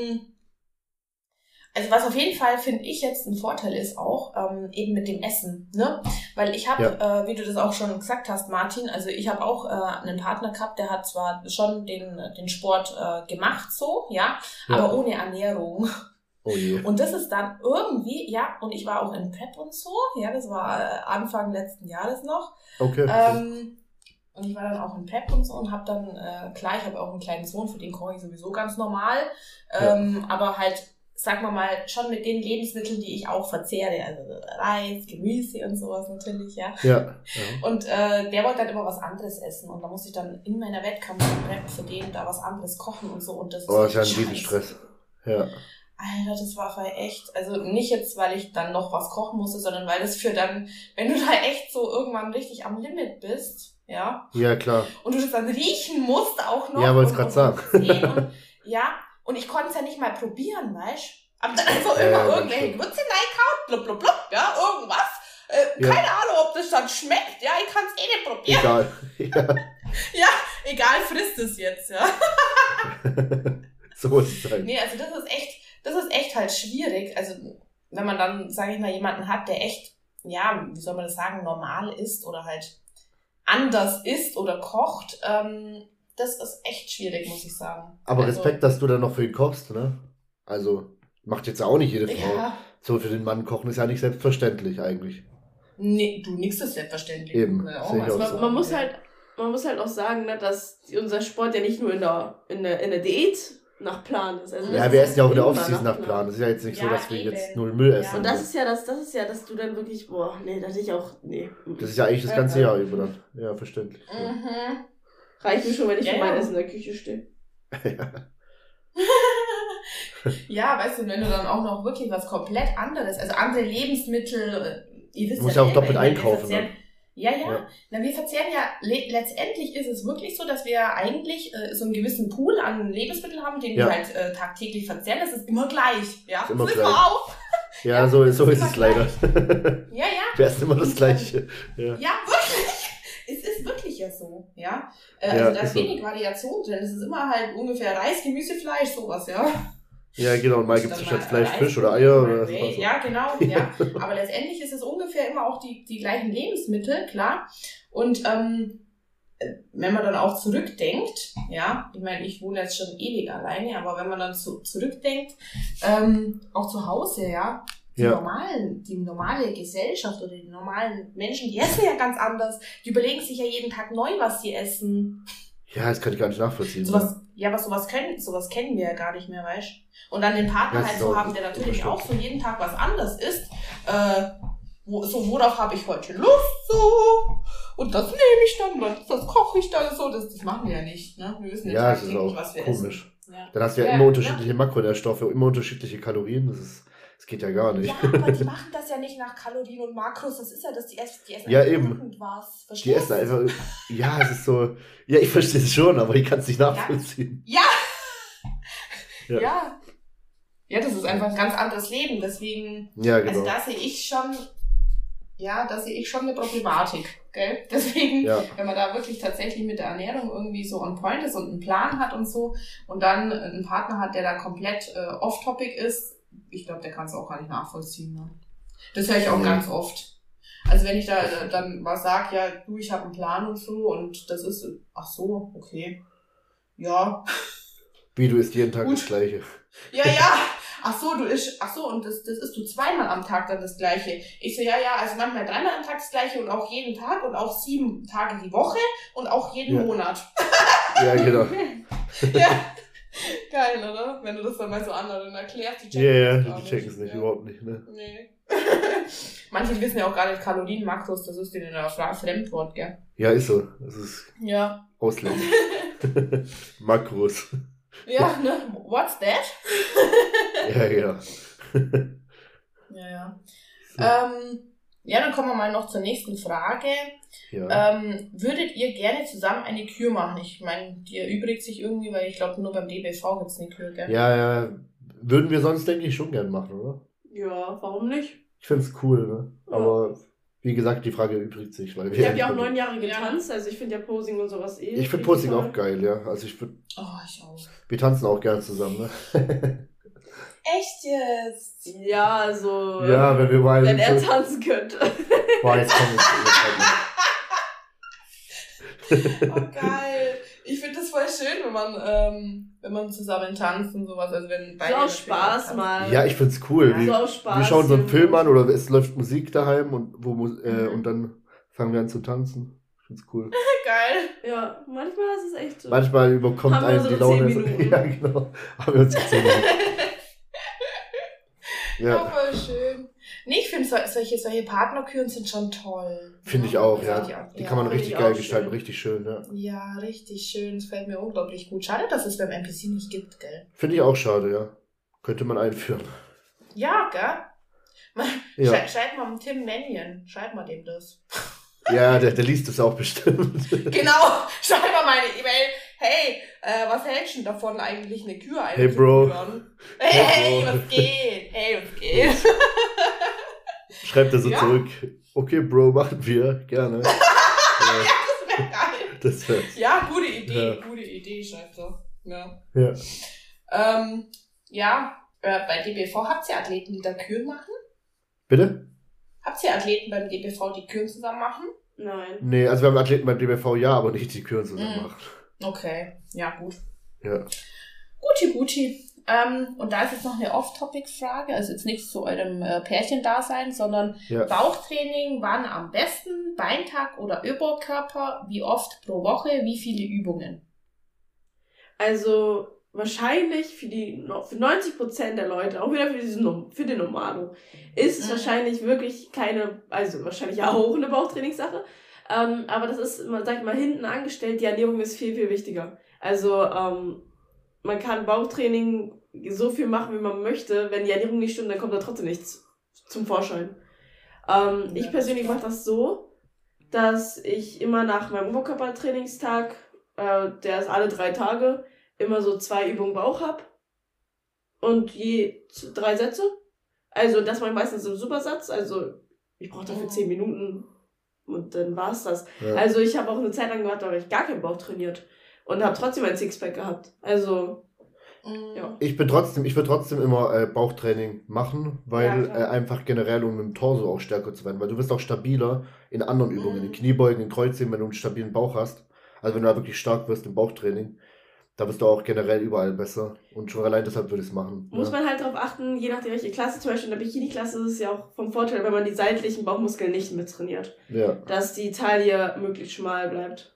Also was auf jeden Fall, finde ich, jetzt ein Vorteil ist auch, ähm, eben mit dem Essen, ne? Weil ich habe, ja. äh, wie du das auch schon gesagt hast, Martin, also ich habe auch äh, einen Partner gehabt, der hat zwar schon den, den Sport äh, gemacht so, ja, ja, aber ohne Ernährung. Oh je. Und das ist dann irgendwie, ja, und ich war auch in Prep und so, ja, das war äh, Anfang letzten Jahres noch. Okay. Ähm, und ich war dann auch in Prep und so und habe dann, äh, klar, ich habe auch einen kleinen Sohn, für den koche ich sowieso ganz normal, ähm, ja. aber halt, sagen wir mal, schon mit den Lebensmitteln, die ich auch verzehre, also Reis, Gemüse und sowas natürlich, ja. Ja. ja. Und äh, der wollte dann immer was anderes essen und da musste ich dann in meiner Wettkampf-Prep für den da was anderes kochen und so und das ist oh, das ist ja ein Riesenstress. Ja. Alter, das war voll echt, also nicht jetzt, weil ich dann noch was kochen musste, sondern weil das für dann, wenn du da echt so irgendwann richtig am Limit bist, ja. Ja, klar. Und du das dann riechen musst auch noch. Ja, wollte ich gerade sagen. Und, ja, und ich konnte es ja nicht mal probieren, weißt du? Hab dann einfach äh, immer irgendwelche Gewürze reingehauen, blub, blub, blub, ja, irgendwas. Äh, ja. Keine Ahnung, ob das dann schmeckt, ja, ich kann es eh nicht probieren. Egal. Ja, ja egal, frisst es jetzt, ja. So muss es sein. Nee, also das ist echt, das ist echt halt schwierig. Also, wenn man dann, sage ich mal, jemanden hat, der echt, ja, wie soll man das sagen, normal ist oder halt anders isst oder kocht, ähm, das ist echt schwierig, muss ich sagen. Aber also, Respekt, dass du dann noch für ihn kochst, ne? Also, macht jetzt auch nicht jede Frau. Ja. So für den Mann kochen ist ja nicht selbstverständlich eigentlich. Nee, du, nix ist selbstverständlich. Eben, Ja, sehe ich auch man, so. man muss halt, man muss halt auch sagen, ne, dass unser Sport ja nicht nur in der, in der, in der Diät nach Plan ist. Also Ja, das wir ist essen ja auch in der immer Offseason nach Plan. Das ist ja jetzt nicht Ja, so, dass wir eben. jetzt null Müll essen. Und das ist ja das, das ist ja, dass du dann wirklich, boah, nee, dass ich auch, nee. Das ist ja eigentlich das ganze Jahr über dann. Ja, verständlich. Ja. Mhm. Reicht mir schon, wenn ich Ja, für mein ja. Essen in der Küche stehe. Ja, weißt du, wenn du dann auch noch wirklich was komplett anderes, also andere Lebensmittel, ihr wisst Du musst ja ja auch selber, doppelt ich meine, wir einkaufen, verzehren- ne? Ja, ja, Ja. Na, wir verzehren ja, le- letztendlich ist es wirklich so, dass wir eigentlich äh, so einen gewissen Pool an Lebensmitteln haben, den Ja. wir halt äh, tagtäglich verzehren. Das ist immer gleich, ja. Ist immer so gleich. wir auch. Ja, so, so ist immer es leider. Ja, ja. Wir essen immer das Gleiche. Ja. Ja, wirklich. Es ist wirklich ja so, ja. Äh, Ja, also da ist ist so. wenig Variation drin. Es ist immer halt ungefähr Reis, Gemüse, Fleisch, sowas, ja. Ja, genau. Und mal gibt es Dann statt mal Fleisch, Reis, Fisch oder Eier oder was. Whey. Ja, genau, ja. Aber letztendlich ist es ungefähr immer auch die, die gleichen Lebensmittel, klar. Und ähm, wenn man dann auch zurückdenkt, ja, ich meine, ich wohne jetzt schon ewig alleine, aber wenn man dann zu, zurückdenkt, ähm, auch zu Hause, ja, die Ja. normalen, die normale Gesellschaft oder die normalen Menschen, die essen ja ganz anders. Die überlegen sich ja jeden Tag neu, was sie essen. Ja, das kann ich gar nicht nachvollziehen. Sowas, ja, aber sowas können, sowas kennen wir ja gar nicht mehr, weißt du? Und dann den Partner Das halt ist so auch haben, der natürlich auch unverständlich. so jeden Tag was anderes isst. Äh, wo, so, worauf habe ich heute Lust, so. Und das nehme ich dann, das, das koche ich dann so. Das, das machen wir ja nicht, ne? Wir wissen Ja, das ist tagtäglich, auch was wir komisch. essen. Ja. Dann hast du ja, Ja, immer ja. unterschiedliche Makronährstoffe, immer unterschiedliche Kalorien. Das ist, das geht ja gar nicht. Ja, aber die machen das ja nicht nach Kalorien und Makros. Das ist ja das, die essen, die essen Ja, einfach eben. irgendwas. Die Verstehst essen du? einfach, ja, es ist so, ja, ich verstehe es schon, aber ich kann es nicht nachvollziehen. Ja. Ja. ja. Ja, das ist einfach ein ganz anderes Leben. Deswegen, Ja, genau. also da sehe ich schon, ja, da sehe ich schon eine Problematik, gell? Deswegen, Ja. wenn man da wirklich tatsächlich mit der Ernährung irgendwie so on point ist und einen Plan hat und so und dann einen Partner hat, der da komplett äh, off-topic ist, ich glaube, der kann es auch gar nicht nachvollziehen. Ne? Das höre ich auch Mhm. ganz oft. Also wenn ich da äh, dann was sag, ja, du, ich habe einen Plan und so und das ist, ach so, okay, ja, Wie, du isst jeden Tag Gut. das Gleiche. ja, ja. Ach so, du isst, ach so, und das, das isst du zweimal am Tag dann das Gleiche. Ich so, ja, ja, also manchmal dreimal am Tag das Gleiche und auch jeden Tag und auch sieben Tage die Woche und auch jeden Ja. Monat. Ja, genau. Ja. Geil, oder? Wenn du das dann mal so anderen erklärst, die checken Ja, ja, das gar die checken es nicht, Ja. überhaupt nicht, ne? Nee. Manche die wissen ja auch gar nicht Kalorien, Makros, das ist denen ein Fremdwort, gell? Ja, ist so. Das ist Ja. Ausländer. Makros. Ja, ne? What's that? Ja, genau. Ja, ja. So. Ähm, ja, dann kommen wir mal noch zur nächsten Frage. Ja. Ähm, würdet ihr gerne zusammen eine Kür machen? Ich meine, die erübrigt sich irgendwie, weil ich glaube, nur beim D B V gibt es eine Kür, gell? ja, ja. Würden wir sonst, denke ich, schon gern machen, oder? Ja, warum nicht? Ich find's cool, ne? Aber Wie gesagt, die Frage übrigt sich, weil wir... Ich habe ja auch neun Jahre getanzt, also ich finde ja Posing und sowas eh. Ich finde Posing toll. Auch geil, ja. Also ich würde... Oh, ich auch. Wir tanzen auch gerne zusammen, ne? Echt jetzt? Ja, also... Ja, wenn wir mal... Wenn er tanzen könnte. Boah, jetzt komm ich. Oh, geil. Ich finde das voll schön, wenn man, ähm, wenn man zusammen tanzt und sowas. Also wenn beide so aus Spaß mal. Ja, ich find's cool. Ja, wir, so aus Spaß. Wir schauen so einen Film an oder es läuft Musik daheim und wo äh, mhm. und dann fangen wir an zu tanzen. Ich find's cool. Geil. Ja, manchmal ist es echt so. Manchmal überkommt haben einen wir so die Laune. zehn Minuten. Ja, genau. Haben wir uns zehn Minuten. Ja, oh, voll schön. Nee, ich finde so, solche, solche Partnerküren sind schon toll. Finde ich auch, ja. Die, auch, die ja, kann man richtig geil gestalten, schön. richtig schön, ja. Ja, richtig schön. Das fällt mir unglaublich gut. Schade, dass es beim N P C nicht gibt, gell? Finde ich auch schade, ja. Könnte man einführen. Ja, gell? Ja. Schreib, schreib mal Tim Mannion. Schreib mal dem das. Ja, der, der liest es auch bestimmt. Genau. Schreib mal meine E-Mail. Hey, äh, was hältst du davon, eigentlich eine Kür einzuführen? Hey, Bro. Hey, hey, was geht? Hey, was geht? Schreibt er so ja. zurück. Okay, Bro, machen wir. Gerne. ja, das wäre geil. Das wär, ja, gute Idee. Ja. Gute Idee, schreibt er. Ja. Ja. Ähm, ja, äh, bei D B V habt ihr Athleten, die da Küren machen? Bitte? Habt ihr Athleten beim D B V, die Küren zusammen machen? Nein. Nee, also wir haben Athleten beim D B V, ja, aber nicht die Küren zusammen Mhm. machen. Okay, ja, gut. Ja. Guti, guti. Ähm, und da ist jetzt noch eine Off-Topic-Frage, also jetzt nicht zu eurem äh, Pärchen-Dasein, sondern Ja. Bauchtraining, wann am besten, Beintag oder Oberkörper, wie oft pro Woche, wie viele Übungen? Also wahrscheinlich für die für neunzig Prozent der Leute, auch wieder für diesen für den Normalo, ist es Mhm. wahrscheinlich wirklich keine, also wahrscheinlich auch eine Bauchtrainingssache. Ähm, aber das ist, man sagt mal, hinten angestellt, die Ernährung ist viel, viel wichtiger. Also ähm, man kann Bauchtraining so viel machen, wie man möchte. Wenn die Ernährung nicht stimmt, dann kommt da trotzdem nichts zum Vorschein. Ähm, Ja, ich persönlich mache das so, dass ich immer nach meinem Oberkörpertrainingstag, äh, der ist alle drei Tage, immer so zwei Übungen Bauch hab und je z- drei Sätze. Also das mache ich meistens im Supersatz. Also ich brauche dafür Oh. zehn Minuten und dann war's das. Ja. Also ich habe auch eine Zeit lang gehabt, da habe ich gar keinen Bauch trainiert und habe trotzdem ein Sixpack gehabt. Also Mhm. ja. Ich bin trotzdem, ich würde trotzdem immer äh, Bauchtraining machen, weil Ja, äh, klar. einfach generell, um im Torso auch stärker zu werden, weil du wirst auch stabiler in anderen Übungen, Mhm. in Kniebeugen, in Kreuzheben, wenn du einen stabilen Bauch hast. Also wenn du da wirklich stark wirst im Bauchtraining, da wirst du auch generell überall besser. Und schon allein deshalb würde ich es machen. Muss ja. man halt darauf achten, je nachdem welche Klasse, zum Beispiel in der Bikini-Klasse ist es ja auch vom Vorteil, wenn man die seitlichen Bauchmuskeln nicht mittrainiert. Ja. Dass die Taille möglichst schmal bleibt.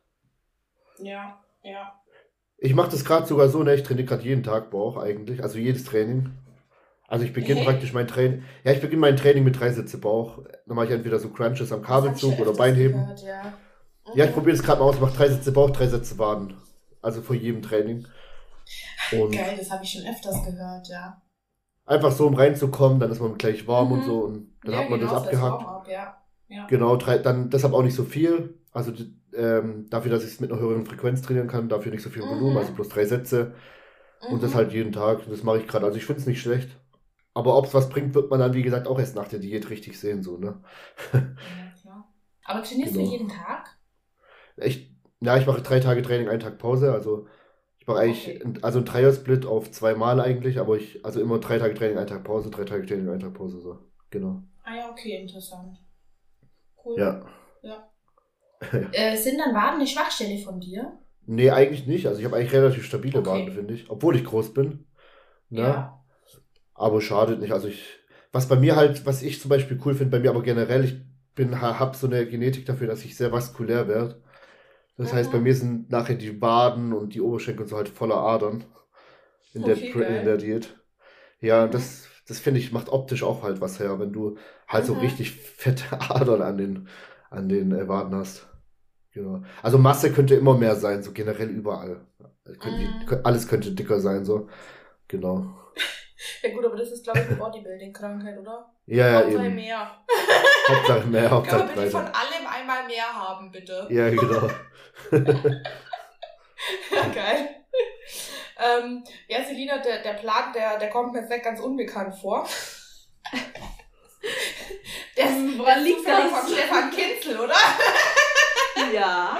Ja, ja. Ich mache das gerade sogar so, ne, ich trainiere gerade jeden Tag Bauch eigentlich, also jedes Training. Also ich beginne Hey. praktisch mein Training, ja, ich beginne mein Training mit drei Sätze Bauch. Dann mache ich entweder so Crunches am Das hab ich Kabelzug schon oder öfters Beinheben. gehört, ja. Mhm. Ja, ich probiere das gerade mal aus, ich mache drei Sätze Bauch, drei Sätze Waden. Also vor jedem Training. Und Geil, das habe ich schon öfters gehört, ja. einfach so, um reinzukommen, dann ist man gleich warm Mhm. und so und dann ja, hat man genau, das ist abgehakt. Warm-up, ja. Ja. Genau, drei, dann deshalb auch nicht so viel. Also die, ähm, dafür, dass ich es mit einer höheren Frequenz trainieren kann, dafür nicht so viel Mhm. Volumen, also bloß drei Sätze. Und das Mhm. halt jeden Tag. Das mache ich gerade. Also ich finde es nicht schlecht. Aber ob es was bringt, wird man dann, wie gesagt, auch erst nach der Diät richtig sehen, so, ne? Ja, klar. Aber trainierst Genau. du jeden Tag? Ich, ja, ich mache drei Tage Training, einen Tag Pause. Also ich mache eigentlich, Okay. ein- also ein Dreier-Split auf zweimal eigentlich, aber ich, also immer drei Tage Training, einen Tag Pause, drei Tage Training, einen Tag Pause, so. Genau. Ah ja, okay, interessant. Cool. Ja. Ja. Äh, sind dann Waden eine Schwachstelle von dir? Nee, eigentlich nicht. Also ich habe eigentlich relativ stabile Okay. Waden, finde ich. Obwohl ich groß bin. Ne? Ja. Aber schadet nicht. Also ich, was bei mir halt, was ich zum Beispiel cool finde, bei mir aber generell, ich bin, ha- hab so eine Genetik dafür, dass ich sehr vaskulär werde. Das Mhm. heißt, bei mir sind nachher die Waden und die Oberschenkel und so halt voller Adern in der, Okay, Pre- geil. in der Diät. Ja, Mhm. das, das finde ich, macht optisch auch halt was her, wenn du halt so Mhm. richtig fette Adern an den, an den äh, Waden hast. Genau. Also Masse könnte immer mehr sein, so generell überall. Könnte, Mhm. kö- alles könnte dicker sein, so. Genau. Ja gut, aber das ist, glaube ich, eine Bodybuilding-Krankheit, oder? Ja, ja, Hauptsache eben. mehr. Hauptsache mehr, Kann Hauptsache man bitte von breiter. allem einmal mehr haben, bitte? Ja, genau. Ja, geil. Ähm, ja, Selina, der, der Plan, der, der kommt mir jetzt nicht ganz unbekannt vor. Der Der, Hm, der woran liegt zufällig das? von Stefan Kinzel, oder? Ja.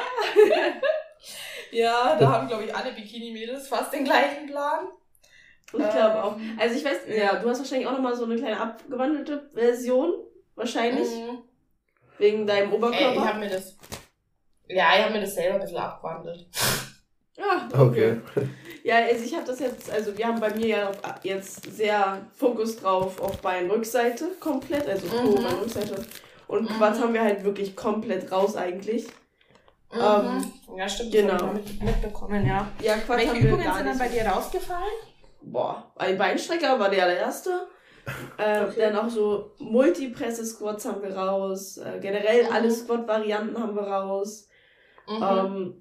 Ja, da haben, glaube ich, alle Bikini-Mädels fast den gleichen Plan. Ich glaube Ähm, auch. Also ich weiß, ja, du hast wahrscheinlich auch nochmal so eine kleine abgewandelte Version. Wahrscheinlich. Mhm. Wegen deinem Ey, ich Oberkörper. habe mir das... Ja, ich habe mir das selber ein bisschen abgewandelt. Ja, Okay. Ja, also ich habe das jetzt, also wir haben bei mir ja jetzt sehr Fokus drauf auf Beinrückseite komplett, also Po, Mhm. Beinrückseite. Und Mhm. Quad haben wir halt wirklich komplett raus eigentlich. Mhm. Ähm, ja, stimmt, genau. das habe ich mal mit, mitbekommen, ja. Ja, Quad Welche haben wir Übungen gar sind dann nicht. bei dir rausgefallen? Boah, ein Beinstrecker war der allererste. Äh, Okay. Dann auch so Multipresse-Squats haben wir raus. Äh, generell Mhm. alle Squat-Varianten haben wir raus. Mhm. Ähm,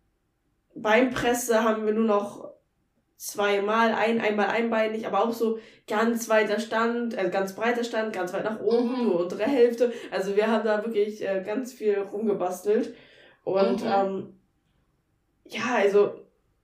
Beinpresse haben wir nur noch zweimal, ein, einmal einbeinig, aber auch so ganz weiter Stand, also ganz breiter Stand, ganz weit nach oben, Mhm. nur untere Hälfte. Also wir haben da wirklich äh, ganz viel rumgebastelt. Und Mhm. ähm, ja, also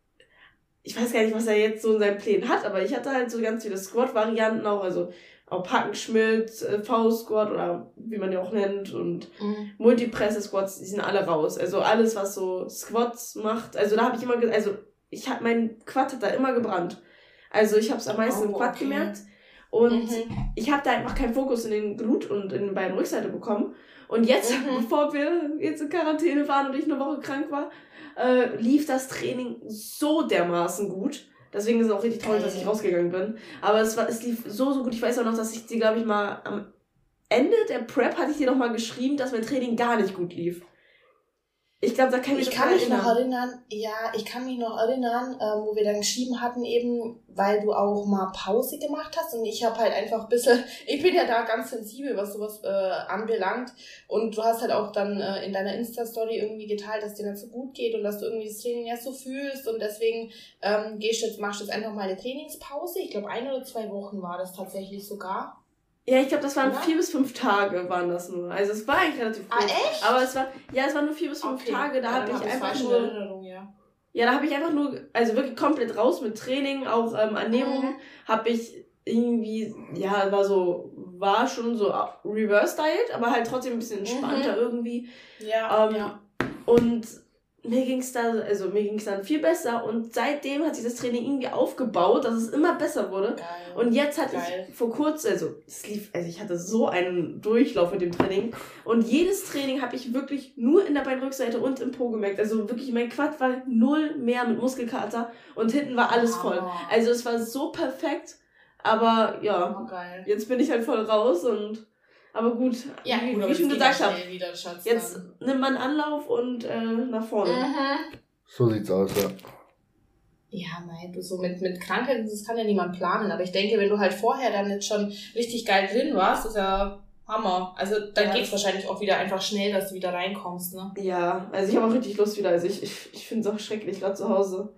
ich weiß gar nicht, was er jetzt so in seinen Plänen hat, aber ich hatte halt so ganz viele Squat-Varianten auch, also auch Hackenschmidt, äh, V-Squat oder wie man die auch nennt und Mhm. Multipresse-Squats, die sind alle raus. Also alles, was so Squats macht. Also da habe ich immer, ge- also ich habe mein Quad hat da immer gebrannt. Also ich habe es am meisten im Oh, Quad okay. gemerkt. Und Mhm. ich habe da einfach keinen Fokus in den Glut und in den beiden Rückseite bekommen. Und jetzt, Mhm. bevor wir jetzt in Quarantäne waren und ich eine Woche krank war, äh, lief das Training so dermaßen gut. Deswegen ist es auch richtig toll, dass ich Geil. rausgegangen bin. Aber es war, es lief so, so gut. Ich weiß auch noch, dass ich dir, glaube ich, mal am Ende der Prep hatte ich dir noch mal geschrieben, dass mein Training gar nicht gut lief. Ich glaube, da kann ich Ich mich kann dran mich noch erinnern. erinnern, ja, ich kann mich noch erinnern, ähm, wo wir dann geschrieben hatten eben, weil du auch mal Pause gemacht hast und ich habe halt einfach ein bisschen, ich bin ja da ganz sensibel, was sowas äh, anbelangt und du hast halt auch dann äh, in deiner Insta-Story irgendwie geteilt, dass dir nicht so gut geht und dass du irgendwie das Training nicht so fühlst und deswegen ähm, gehst du jetzt, machst du jetzt einfach mal eine Trainingspause, ich glaube ein oder zwei Wochen war das tatsächlich sogar. Ja, ich glaube, das waren Oder? vier bis fünf Tage waren das nur. Also es war eigentlich relativ Ah, kurz. echt? Aber es war, ja, es waren nur vier bis fünf Okay. Tage. Da Ja, habe dann ich hab ich's einfach falsch in nur, Erinnerung, ja. ja, da habe ich einfach nur, also wirklich komplett raus mit Training, auch ähm, Ernährung, Mhm. habe ich irgendwie, ja, war so, war schon so Reverse Diet, aber halt trotzdem ein bisschen entspannter Mhm. irgendwie. Ja, Ähm, ja. Und mir ging's da, also mir ging's dann viel besser und seitdem hat sich das Training irgendwie aufgebaut, dass es immer besser wurde. Geil. Und jetzt hatte Geil. ich vor kurzem, also es lief, also ich hatte so einen Durchlauf mit dem Training und jedes Training habe ich wirklich nur in der Beinrückseite und im Po gemerkt. Also wirklich, mein Quad war null mehr mit Muskelkater und hinten war alles voll. Hammer. Also es war so perfekt, aber ja, Oh, geil. jetzt bin ich halt voll raus und aber gut, Ja, wie, gut, wie aber ich schon das geht gesagt ja habe, schnell wieder, Schatz, jetzt dann. nimmt man Anlauf und äh, nach vorne. Mhm. So sieht's aus, ja. Ja, nein, du so mit, mit Krankheiten, das kann ja niemand planen. Aber ich denke, wenn du halt vorher dann jetzt schon richtig geil drin warst, ist ja Hammer. Also dann Ja. geht's wahrscheinlich auch wieder einfach schnell, dass du wieder reinkommst, ne? Ja, also ich habe auch richtig Lust wieder. Also ich, ich, ich finde es auch schrecklich, gerade zu Hause.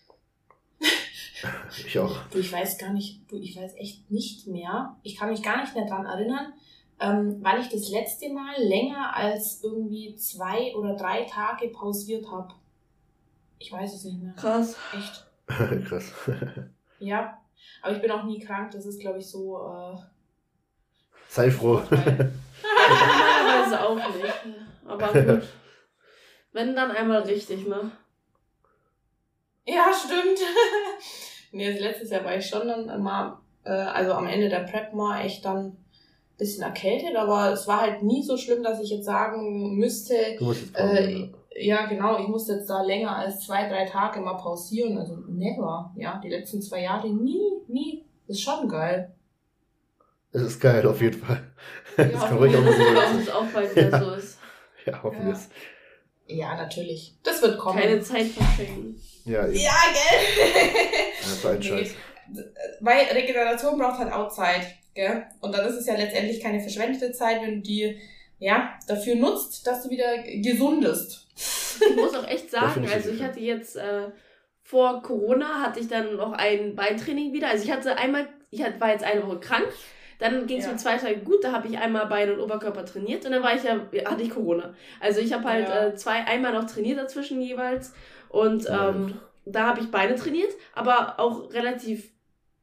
Ich auch. Du, ich weiß gar nicht, du, ich weiß echt nicht mehr. Ich kann mich gar nicht mehr dran erinnern, ähm, wann ich das letzte Mal länger als irgendwie zwei oder drei Tage pausiert habe. Ich weiß es nicht mehr. Krass. Echt. Krass. Ja. Aber ich bin auch nie krank. Das ist, glaube ich, so. Äh, Sei froh. Vorteil. Normalerweise auch nicht. Aber gut. Wenn dann einmal richtig, ne? Ja, stimmt. Nee, also letztes Jahr war ich schon dann mal, äh, also am Ende der Prep mal echt dann ein bisschen erkältet, aber es war halt nie so schlimm, dass ich jetzt sagen müsste, Du musst jetzt pausieren, äh, ja genau, ich musste jetzt da länger als zwei, drei Tage mal pausieren, also never, ja, die letzten zwei Jahre nie, nie, das ist schon geil. Es ist geil, auf jeden Fall. Ja, Das kann auf ruhig auch mal jeden so Dass sein. es auch bald wieder Ja. so ist. Ja, hoffen wir Ja. es. Ja, natürlich. Das wird kommen. Keine Zeit verschenken. Ja, eben. Ja, gell? Das war ein Nee. Scheiß. Weil Regeneration braucht halt auch Zeit, gell? Und dann ist es ja letztendlich keine verschwendete Zeit, wenn du die, ja, dafür nutzt, dass du wieder gesundest. Ich muss auch echt sagen, Definitiv, also ich ja. hatte jetzt äh, vor Corona hatte ich dann noch ein Beintraining wieder. Also ich hatte einmal, ich hatte, war jetzt eine Woche krank. Dann ging es Ja. mir zwei Tage gut, da habe ich einmal Bein und Oberkörper trainiert und dann war ich ja, hatte ich Corona. Also ich habe halt Ja. äh, zwei, einmal noch trainiert dazwischen jeweils und ähm, Nice. da habe ich Beine trainiert, aber auch relativ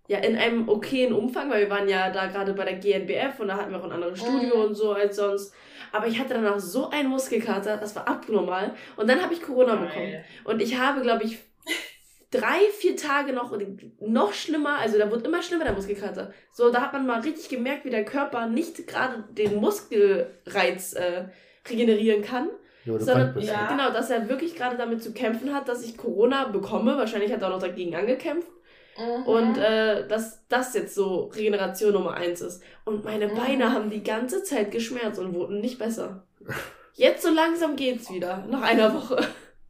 ja, in einem okayen Umfang, weil wir waren ja da gerade bei der G N B F und da hatten wir auch ein anderes Studio Mhm. und so als sonst. Aber ich hatte danach so einen Muskelkater, das war abnormal. Und dann habe ich Corona bekommen. Geil. Und ich habe, glaube ich, drei, vier Tage noch, noch schlimmer, also da wird immer schlimmer der Muskelkater. So, da hat man mal richtig gemerkt, wie der Körper nicht gerade den Muskelreiz äh, regenerieren kann. Ja, aber du Sondern, krank bist. ja. genau, dass er wirklich gerade damit zu kämpfen hat, dass ich Corona bekomme. Wahrscheinlich hat er auch noch dagegen angekämpft. Mhm. Und äh, dass das jetzt so Regeneration Nummer eins ist. Und meine Mhm. Beine haben die ganze Zeit geschmerzt und wurden nicht besser. Jetzt so langsam geht's wieder, nach einer Woche.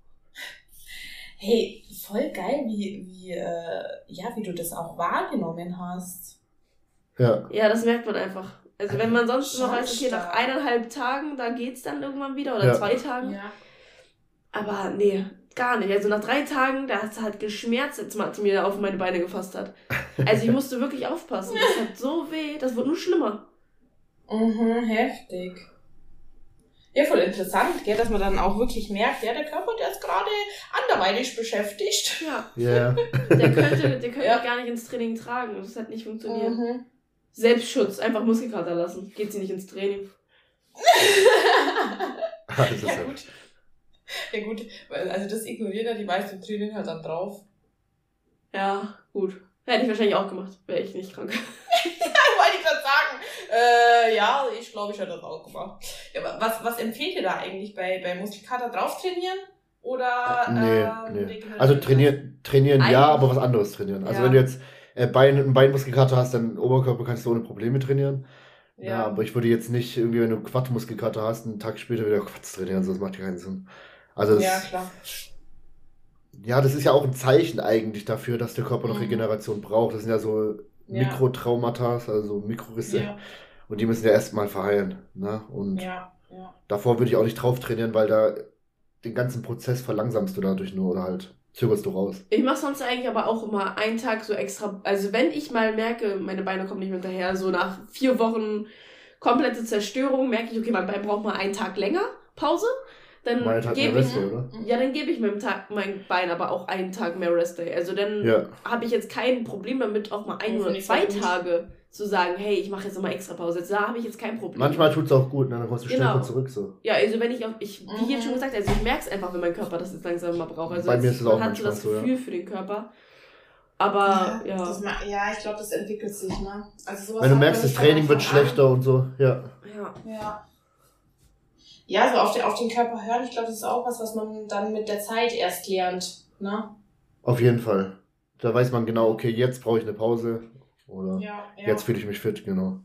Hey, voll geil, wie, wie, äh, ja, wie du das auch wahrgenommen hast. Ja. Ja, das merkt man einfach. Also wenn man sonst immer Schon weiß, okay, nach stark. eineinhalb Tagen, da geht's dann irgendwann wieder oder Ja. zwei Tagen. Ja. Aber nee, gar nicht. Also nach drei Tagen, da hat es halt geschmerzt, als Matti mir auf meine Beine gefasst hat. Also ich musste wirklich aufpassen. Das hat so weh, das wird nur schlimmer. Mhm, heftig. Ja, voll interessant, gell, dass man dann auch wirklich merkt, ja, der Körper, der ist gerade anderweitig beschäftigt. Ja, Ja. der könnte, der könnte Ja. mich gar nicht ins Training tragen. Das hat nicht funktioniert. Mhm. Selbstschutz, einfach Muskelkater lassen. Geht sie nicht ins Training. Das ist Ja, ja. gut. Ja, gut, weil- also das ignorieren ja die meisten im Training halt dann drauf. Ja, gut. Hätte ich wahrscheinlich auch gemacht, wäre ich nicht krank. Ich wollte gerade sagen, äh, ja, ich glaube, ich hätte das auch gemacht. Ja, aber was, was empfehlt ihr da eigentlich bei, bei Muskelkater drauf trainieren? Oder, Nee, ähm, nee. regenerieren? Also trainieren, trainieren ja, Eigentlich- aber was anderes trainieren. Also Ja. wenn du jetzt äh, Bein, einen Beinmuskelkater hast, dann Oberkörper kannst du ohne Probleme trainieren. Ja. Ja. aber ich würde jetzt nicht irgendwie, wenn du Quad-Muskelkater hast, einen Tag später wieder Quads trainieren, sonst macht ja keinen Sinn. Also das, Ja, ja, klar. das ist ja auch ein Zeichen eigentlich dafür, dass der Körper noch Mhm. Regeneration braucht. Das sind ja so Ja. Mikrotraumata, also Mikrorisse. Ja, Und die müssen ja erstmal verheilen. Ne? Und ja, ja. davor würde ich auch nicht drauf trainieren, weil da den ganzen Prozess verlangsamst du dadurch nur oder halt zögerst du raus. Ich mache sonst eigentlich aber auch immer einen Tag so extra. Also wenn ich mal merke, meine Beine kommen nicht mehr hinterher, so nach vier Wochen komplette Zerstörung, merke ich, okay, mein Bein braucht mal einen Tag länger Pause. Dann Meine Tag mehr gebe ich, Reste, oder? ja, dann gebe ich meinem Tag, mein Bein aber auch einen Tag mehr Rest Day. Also dann Ja. habe ich jetzt kein Problem damit, auch mal ein Oh, oder finde ich zwei sehr gut. Tage zu sagen, hey, ich mache jetzt immer extra Pause. Jetzt, da habe ich jetzt kein Problem. Manchmal tut's auch gut, ne? Dann kommst du Genau. stärker zurück so. Ja, also wenn ich auch, ich, wie hier Mhm. schon gesagt, also ich merke es einfach, wenn mein Körper das jetzt langsam mal braucht. Also Bei mir jetzt, ist es auch man hat so manchmal das so, ja. Gefühl für den Körper. Aber ja, Das ma- ja ich glaube, das entwickelt sich, ne? Also sowas Wenn du hat merkst, man das nicht von Training wird Anfang an. schlechter und so, ja. ja. Ja. Ja, so auf den, auf den Körper hören, ich glaube, das ist auch was, was man dann mit der Zeit erst lernt, ne? Auf jeden Fall. Da weiß man genau, okay, jetzt brauche ich eine Pause. Oder Ja, ja. jetzt fühle ich mich fit, genau.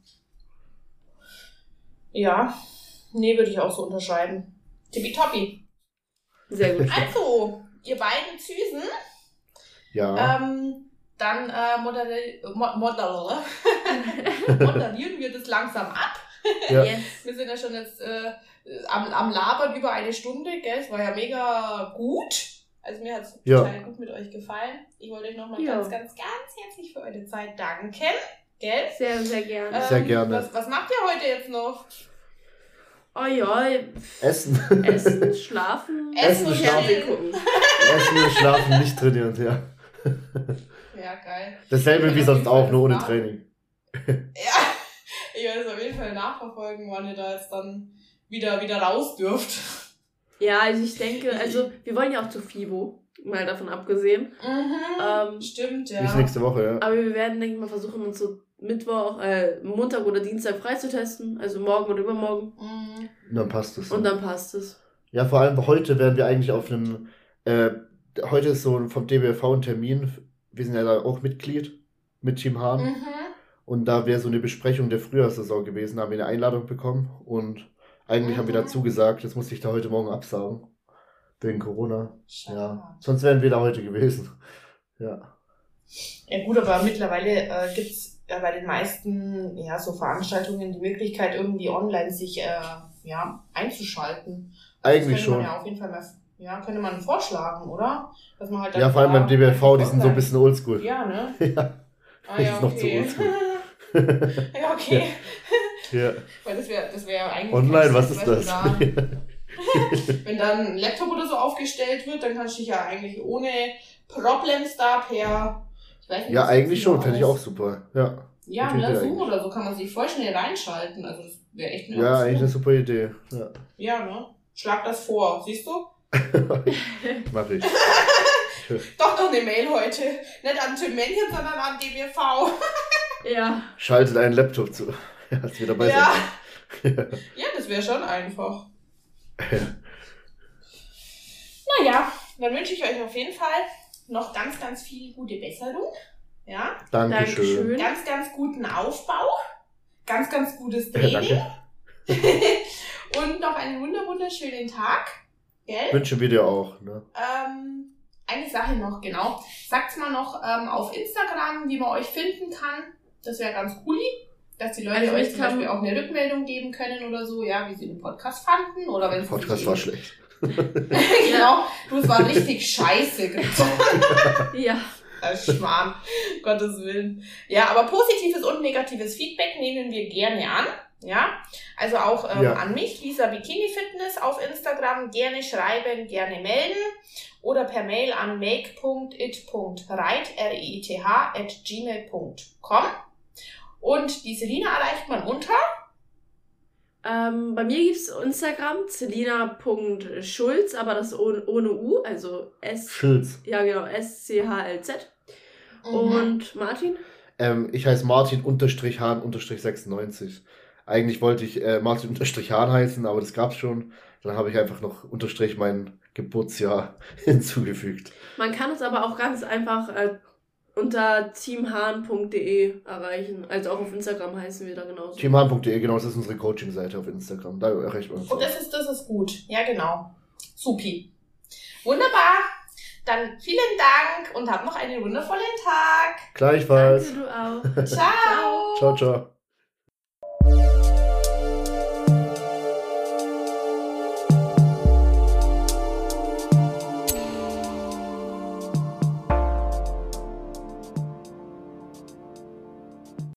Ja, nee, würde ich auch so unterscheiden. Tippitoppi. Sehr gut. Also, ihr beiden Süßen, Ja. ähm, dann äh, moderi mo moderieren moderieren wir das langsam ab. ja. Yes. Wir sind ja schon jetzt äh, am, am Labern über eine Stunde, gell? Es war ja mega gut. Also mir hat es Ja. total gut mit euch gefallen. Ich wollte euch nochmal Ja. ganz, ganz, ganz herzlich für eure Zeit danken. Gell? Sehr, sehr gerne. Sehr gerne. Was, was macht ihr heute jetzt noch? Oh ja, Essen. essen, schlafen, Essen und Fernsehen schlafen. gucken. Essen, schlafen, nicht trainieren, ja. Ja, geil. Dasselbe Ich wie will sonst auf jeden auch, nur ohne Fall Training. Ja, ich werde es auf jeden Fall nachverfolgen, wann ihr da jetzt dann wieder, wieder raus dürft. Ja, also ich denke, also wir wollen ja auch zu FIBO, mal davon abgesehen. Mhm. Ähm, Stimmt, ja. Bis nächste Woche, ja. aber wir werden, denke ich mal, versuchen, uns so Mittwoch, äh, Montag oder Dienstag freizutesten. Also morgen oder übermorgen. Mhm. Und dann passt es. Und dann passt es. Ja, vor allem heute werden wir eigentlich auf einem, äh, heute ist so vom D B F V ein Termin. Wir sind ja da auch Mitglied mit Team Hahn. Mhm. Und da wäre so eine Besprechung der Frühjahrssaison gewesen. Da haben wir eine Einladung bekommen und eigentlich Mhm. haben wir dazu gesagt, das musste ich da heute Morgen absagen. Wegen Corona. Schade. Ja. Sonst wären wir da heute gewesen. Ja. Ja gut, aber mittlerweile äh, gibt es ja bei den meisten ja, so Veranstaltungen die Möglichkeit, irgendwie online sich äh, ja, einzuschalten. Eigentlich das könnte man schon. ja auf jeden Fall mal, ja, könnte man vorschlagen, oder? Dass man halt dann Ja, vor allem da beim D B F V, die sind so ein online- bisschen oldschool. Ja, ne? Ja. Ah, Das ja, ist noch zu okay. oldschool. Ja, okay. Ja. Weil das wäre das wär ja eigentlich... Online, kein was Stress, ist das? wenn da- Wenn dann ein Laptop oder so aufgestellt wird, dann kannst du dich ja eigentlich ohne Problems da per Ich weiß nicht, Ja, wie eigentlich das schon, genau fände ich ist. auch super. Ja, Ja, Gute ne, Idee Zoom eigentlich. oder so kann man sich voll schnell reinschalten. Also das wäre echt eine ja Option. eigentlich eine super Idee. Ja, Ja, ne? Schlag das vor, siehst du? mach ich. Doch noch eine Mail heute. Nicht an Tim Männchen, sondern an D B V. Ja. Schaltet einen Laptop zu. Ja, ist wieder bei Ja. sich. Ja, das wäre schon einfach. Naja, dann wünsche ich euch auf jeden Fall noch ganz, ganz viel gute Besserung. Ja, Dankeschön. Dankeschön. ganz, ganz guten Aufbau. Ganz, ganz gutes Ja, Training. danke. Und noch einen wunder wunderschönen Tag. Gell? Wünschen wir dir auch. Ne? Ähm, eine Sache noch, genau. Sagt's mal noch ähm, auf Instagram, wie man euch finden kann. Das wäre ganz cool, dass die Leute Also euch ich zum kann- Beispiel auch eine Rückmeldung geben können oder so, ja, wie sie den Podcast fanden. Oder wenn Der sie Podcast sich war eben- schlecht. Genau, du, es war richtig scheiße. Ja. Das Schmarrn, Gottes Willen. Ja, aber positives und negatives Feedback nehmen wir gerne an. Ja, also auch ähm, Ja. an mich, Lisa Bikini Fitness auf Instagram, gerne schreiben, gerne melden oder per Mail an make punkt it punkt reit, R I T H, at gmail punkt com. Und die Selina erreicht man unter. Ähm, bei mir gibt's Instagram, selina punkt schulz, aber das ohne, ohne U, also S, Schilz. ja genau, S C H L Z. Mhm. Und Martin? Ähm, ich heiße Martin unterstrich Hahn unterstrich sechsundneunzig. Eigentlich wollte ich äh, Martin unterstrich Hahn heißen, aber das gab's schon. Dann habe ich einfach noch unterstrich mein Geburtsjahr hinzugefügt. Man kann uns aber auch ganz einfach äh, unter teamhahn punkt de erreichen. Also auch auf Instagram heißen wir da genauso. teamhahn punkt de, genau, das ist unsere Coaching-Seite auf Instagram. Da erreicht man uns. Und das ist, das ist gut. Ja, genau. Supi. Wunderbar. Dann vielen Dank und habt noch einen wundervollen Tag. Gleichfalls. Danke, du auch. Ciao. Ciao, ciao.